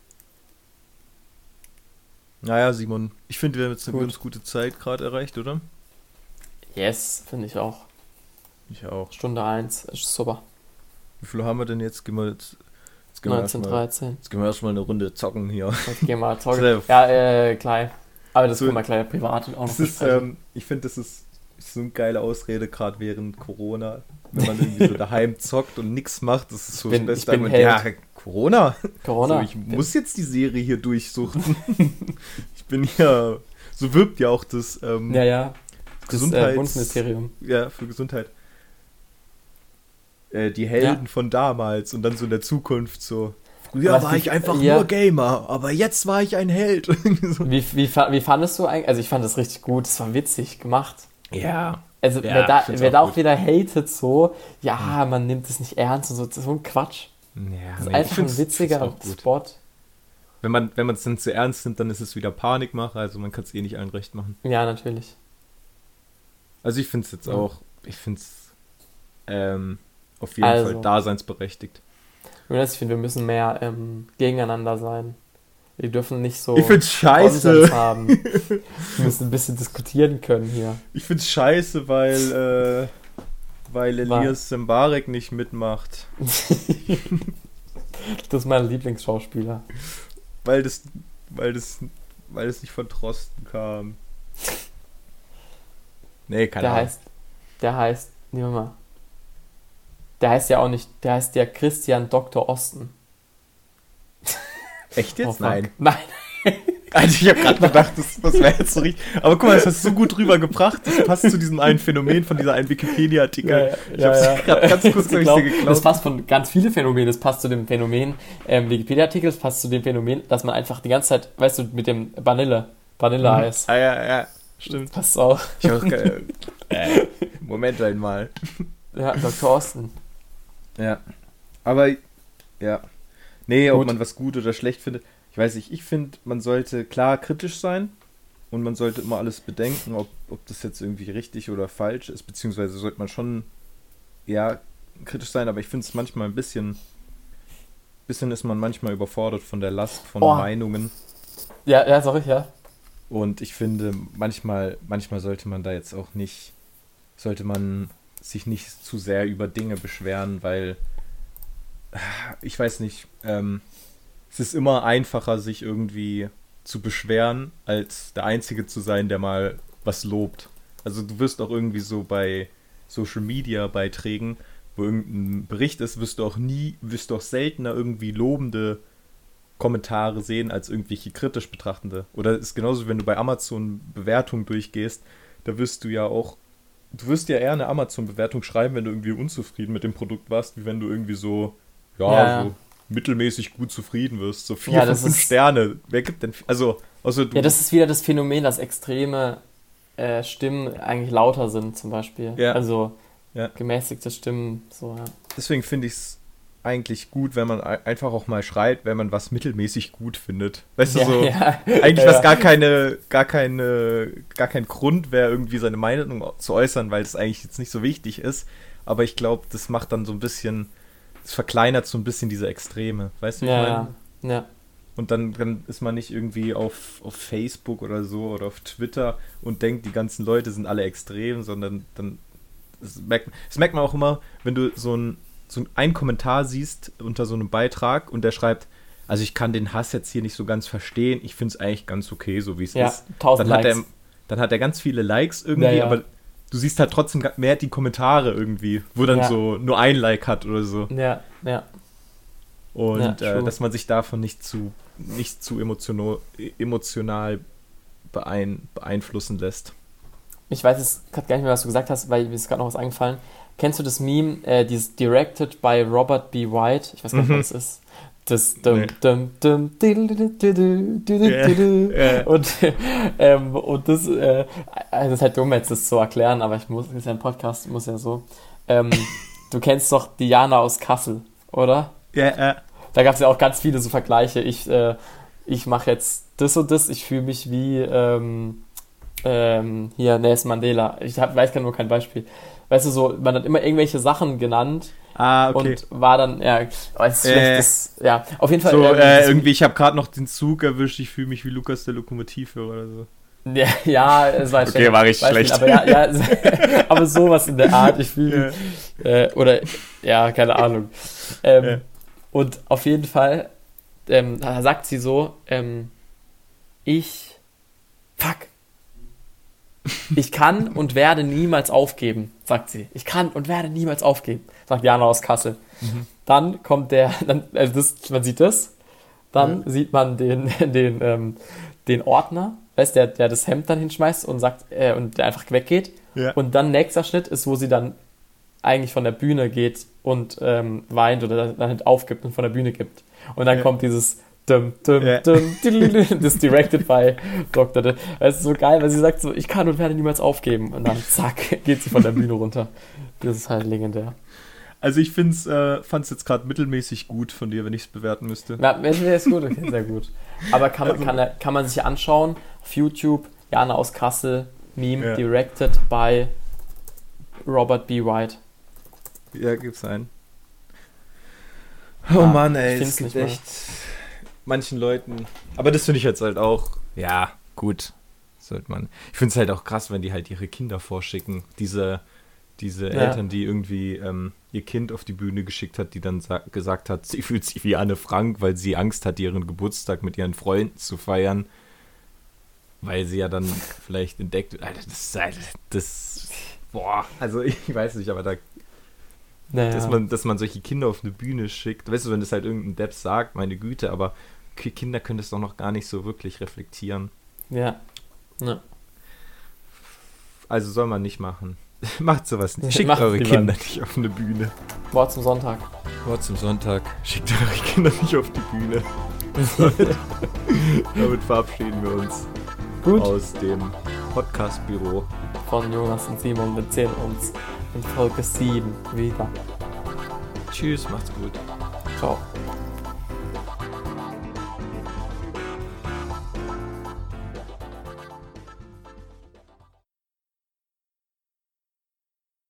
Naja, Simon, ich finde, wir haben jetzt eine Gut. ganz gute Zeit gerade erreicht, oder? Yes, finde ich auch. Ich auch. Stunde eins, ist super. Wie viel haben wir denn jetzt? Gehen wir jetzt, jetzt, gehen wir neunzehn, erstmal, dreizehn. jetzt gehen wir erstmal eine Runde zocken hier. Jetzt gehen wir mal Safe. zocken. Ja, äh, gleich. Aber das So- können wir gleich privat auch noch Das ist, besprechen. ähm, ich finde, das ist so eine geile Ausrede, gerade während Corona. Wenn man irgendwie so daheim zockt und nichts macht, das ist so bin- das ich beste bin Argument. Held. Ja, Corona. Corona. So, ich muss jetzt die Serie hier durchsuchten. Ich bin ja, so wirbt ja auch das ähm, ja, ja. Das äh, Gesundheits- Bundesministerium. ja, für Gesundheit. Äh, die Helden von damals und dann so in der Zukunft so. Früher Was war die- ich einfach ja. nur Gamer, aber jetzt war ich ein Held. So. Wie, wie, fa- wie fandest du eigentlich? Also ich fand das richtig gut, das war witzig gemacht. Ja. Also Ja, wer da, ich find's wer auch da auch gut. wieder hatet so, ja, man nimmt es nicht ernst und so, das ist so ein Quatsch. Ja, Das ist nee, ich einfach find's- ein witziger find's auch gut. Spot. Wenn man wenn man es dann zu ernst nimmt, dann ist es wieder Panikmache, also man kann es eh nicht allen recht machen. Ja, natürlich. Also ich finde es jetzt Ja. auch, ich finde es ähm, auf jeden Also. Fall daseinsberechtigt. Jonas, ich finde, wir müssen mehr ähm, gegeneinander sein. Wir dürfen nicht so Ich find's scheiße. Konsens haben. Wir müssen ein bisschen diskutieren können hier. Ich find's scheiße, weil, äh, weil War- Elias Sembarek nicht mitmacht. Das ist mein Lieblingsschauspieler. Weil das, weil das, weil das nicht von Drosten kam. Nee, keine Der Ahnung. heißt, der heißt, nehmen wir mal. Der heißt ja auch nicht, der heißt ja Christian Doktor Osten. Echt jetzt? Oh, fuck. Nein. Nein. Also ich habe gerade gedacht, das, das wäre jetzt so richtig. Aber guck mal, das hast du so gut rübergebracht. Das passt zu diesem einen Phänomen von dieser einen Wikipedia-Artikel. ich hab's gerade ganz kurz hab ich's dir geklaut. Das passt von ganz viele Phänomene. Das passt zu dem Phänomen ähm, Wikipedia-Artikel, das passt zu dem Phänomen, dass man einfach die ganze Zeit, weißt du, mit dem Vanille, Vanille-Eis. Ah ja, ja, stimmt. Passt auch. Ich hab auch ge- äh, Moment einmal. Ja, Doktor Osten. Ja. Aber, ja. Nee, ob Gut. man was gut oder schlecht findet. Ich weiß nicht, ich finde, man sollte klar kritisch sein und man sollte immer alles bedenken, ob, ob das jetzt irgendwie richtig oder falsch ist, beziehungsweise sollte man schon, ja, kritisch sein, aber ich finde es manchmal ein bisschen, bisschen ist man manchmal überfordert von der Last von Oh. Meinungen Ja, ja, sorry, ja. und ich finde, manchmal, manchmal sollte man da jetzt auch nicht, sollte man sich nicht zu sehr über Dinge beschweren, weil, ich weiß nicht, ähm, es ist immer einfacher, sich irgendwie zu beschweren, als der Einzige zu sein, der mal was lobt. Also du wirst auch irgendwie so bei Social Media Beiträgen, wo irgendein Bericht ist, wirst du auch nie, wirst du auch seltener irgendwie lobende Kommentare sehen, als irgendwelche kritisch betrachtende. Oder es ist genauso, wenn du bei Amazon Bewertungen durchgehst, da wirst du ja auch, du wirst ja eher eine Amazon-Bewertung schreiben, wenn du irgendwie unzufrieden mit dem Produkt warst, wie wenn du irgendwie so, ja, Ja, so ja. mittelmäßig gut zufrieden wirst. So vier Ja, von das fünf ist- Sterne. Wer gibt denn, also, außer du, Ja, das ist wieder das Phänomen, dass extreme äh, Stimmen eigentlich lauter sind, zum Beispiel. Ja. Also Ja. gemäßigte Stimmen, so, ja. deswegen finde ich es eigentlich gut, wenn man ei- einfach auch mal schreit, wenn man was mittelmäßig gut findet. Weißt du, Ja, so, ja. eigentlich Ja, was ja. gar keine, gar keine, gar kein Grund wäre, irgendwie seine Meinung zu äußern, weil es eigentlich jetzt nicht so wichtig ist. Aber ich glaube, das macht dann so ein bisschen, es verkleinert so ein bisschen diese Extreme. Weißt du, wie ich Ja, meine? ja. Ja. Und dann, dann ist man nicht irgendwie auf, auf Facebook oder so oder auf Twitter und denkt, die ganzen Leute sind alle extrem, sondern dann, das merkt, das merkt man auch immer, wenn du so ein, so ein, ein Kommentar siehst unter so einem Beitrag und der schreibt, also ich kann den Hass jetzt hier nicht so ganz verstehen, ich finde es eigentlich ganz okay, so wie es Ja, ist. tausend Dann hat, er, Likes. dann hat er ganz viele Likes irgendwie, Ja, ja. aber du siehst halt trotzdem ga- mehr die Kommentare irgendwie, wo dann Ja. so nur ein Like hat oder so. Ja, ja. Und Ja, äh, true. dass man sich davon nicht zu, nicht zu emotional, emotional beein, beeinflussen lässt. Ich weiß jetzt gerade gar nicht mehr, was du gesagt hast, weil mir ist gerade noch was eingefallen. Kennst du das Meme, äh, dieses Directed by Robert B. White? Ich weiß gar nicht, Mhm. was das ist. Das dum, Nee. dum, dum, diddle, diddle, diddle, diddle, Ja, diddle. ja. Und, ähm, und das, äh, also das ist halt dumm, jetzt das zu erklären, aber ich muss, das ist ja ein Podcast, muss ja so. Ähm, du kennst doch Diana aus Kassel, oder? Ja, äh, Da gab es ja auch ganz viele so Vergleiche. Ich, äh, ich mache jetzt das und das, ich fühle mich wie ähm, ähm, hier Nelson Mandela. Ich hab, weiß gar nur kein Beispiel. Weißt du, so, man hat immer irgendwelche Sachen genannt ah, okay. und war dann, ja, oh, das ist Äh, schlecht, das, ja, auf jeden Fall. So, ähm, äh, das- irgendwie, ich habe gerade noch den Zug erwischt, ich fühle mich wie Lukas der Lokomotivführer oder so. Ja, ja, es war ein Okay, schlechtes war richtig Beispiel, schlecht. Aber ja, ja, aber sowas in der Art, ich fühle äh, oder, ja, keine Ahnung. Ähm, Ja. Und auf jeden Fall ähm, da sagt sie so, ähm, ich fuck. Ich kann und werde niemals aufgeben, sagt sie. Ich kann und werde niemals aufgeben, sagt Jana aus Kassel. Mhm. Dann kommt der, dann, also das, man sieht das, dann ja. sieht man den, den, ähm, den Ordner, weißt, der, der das Hemd dann hinschmeißt und sagt, äh, und der einfach weggeht. Ja. Und dann nächster Schnitt ist, wo sie dann eigentlich von der Bühne geht und ähm, weint oder dann halt aufgibt und von der Bühne gibt. Und dann ja. kommt dieses Dum, dum, yeah. dum, das ist directed by Doktor D. Es ist so geil, weil sie sagt so, ich kann und werde niemals aufgeben. Und dann zack, geht sie von der Bühne runter. Das ist halt legendär. Also ich find's, äh, fand es jetzt gerade mittelmäßig gut von dir, wenn ich es bewerten müsste. Na, ist gut, okay, sehr gut. Aber kann man, kann, kann man sich anschauen auf YouTube, Jana aus Kassel, Meme, ja. directed by Robert B. Wright. Ja, gibt's einen. Oh ah, Mann, ey, es gibt echt manchen Leuten. Aber das finde ich jetzt halt auch, ja, gut, sollte man. Ich finde es halt auch krass, wenn die halt ihre Kinder vorschicken. Diese, diese ja. Eltern, die irgendwie ähm, ihr Kind auf die Bühne geschickt hat, die dann sa- gesagt hat, sie fühlt sich wie Anne Frank, weil sie Angst hat, ihren Geburtstag mit ihren Freunden zu feiern. Weil sie ja dann vielleicht entdeckt, Alter, das, Alter, das, boah, also ich weiß nicht, aber da Naja. Dass man, dass man solche Kinder auf eine Bühne schickt. Weißt du, wenn das halt irgendein Depp sagt, meine Güte, aber Kinder können das doch noch gar nicht so wirklich reflektieren. Ja. ja. Also soll man nicht machen. Macht sowas nicht. Schickt eure Kinder nicht auf eine Bühne. Wort zum Sonntag. Wort zum Sonntag. Schickt eure Kinder nicht auf die Bühne. damit, damit verabschieden wir uns Gut. aus dem Podcast-Büro von Jonas und Simon. Wir sehen uns in Folge sieben wieder. Tschüss, macht's gut. Ciao.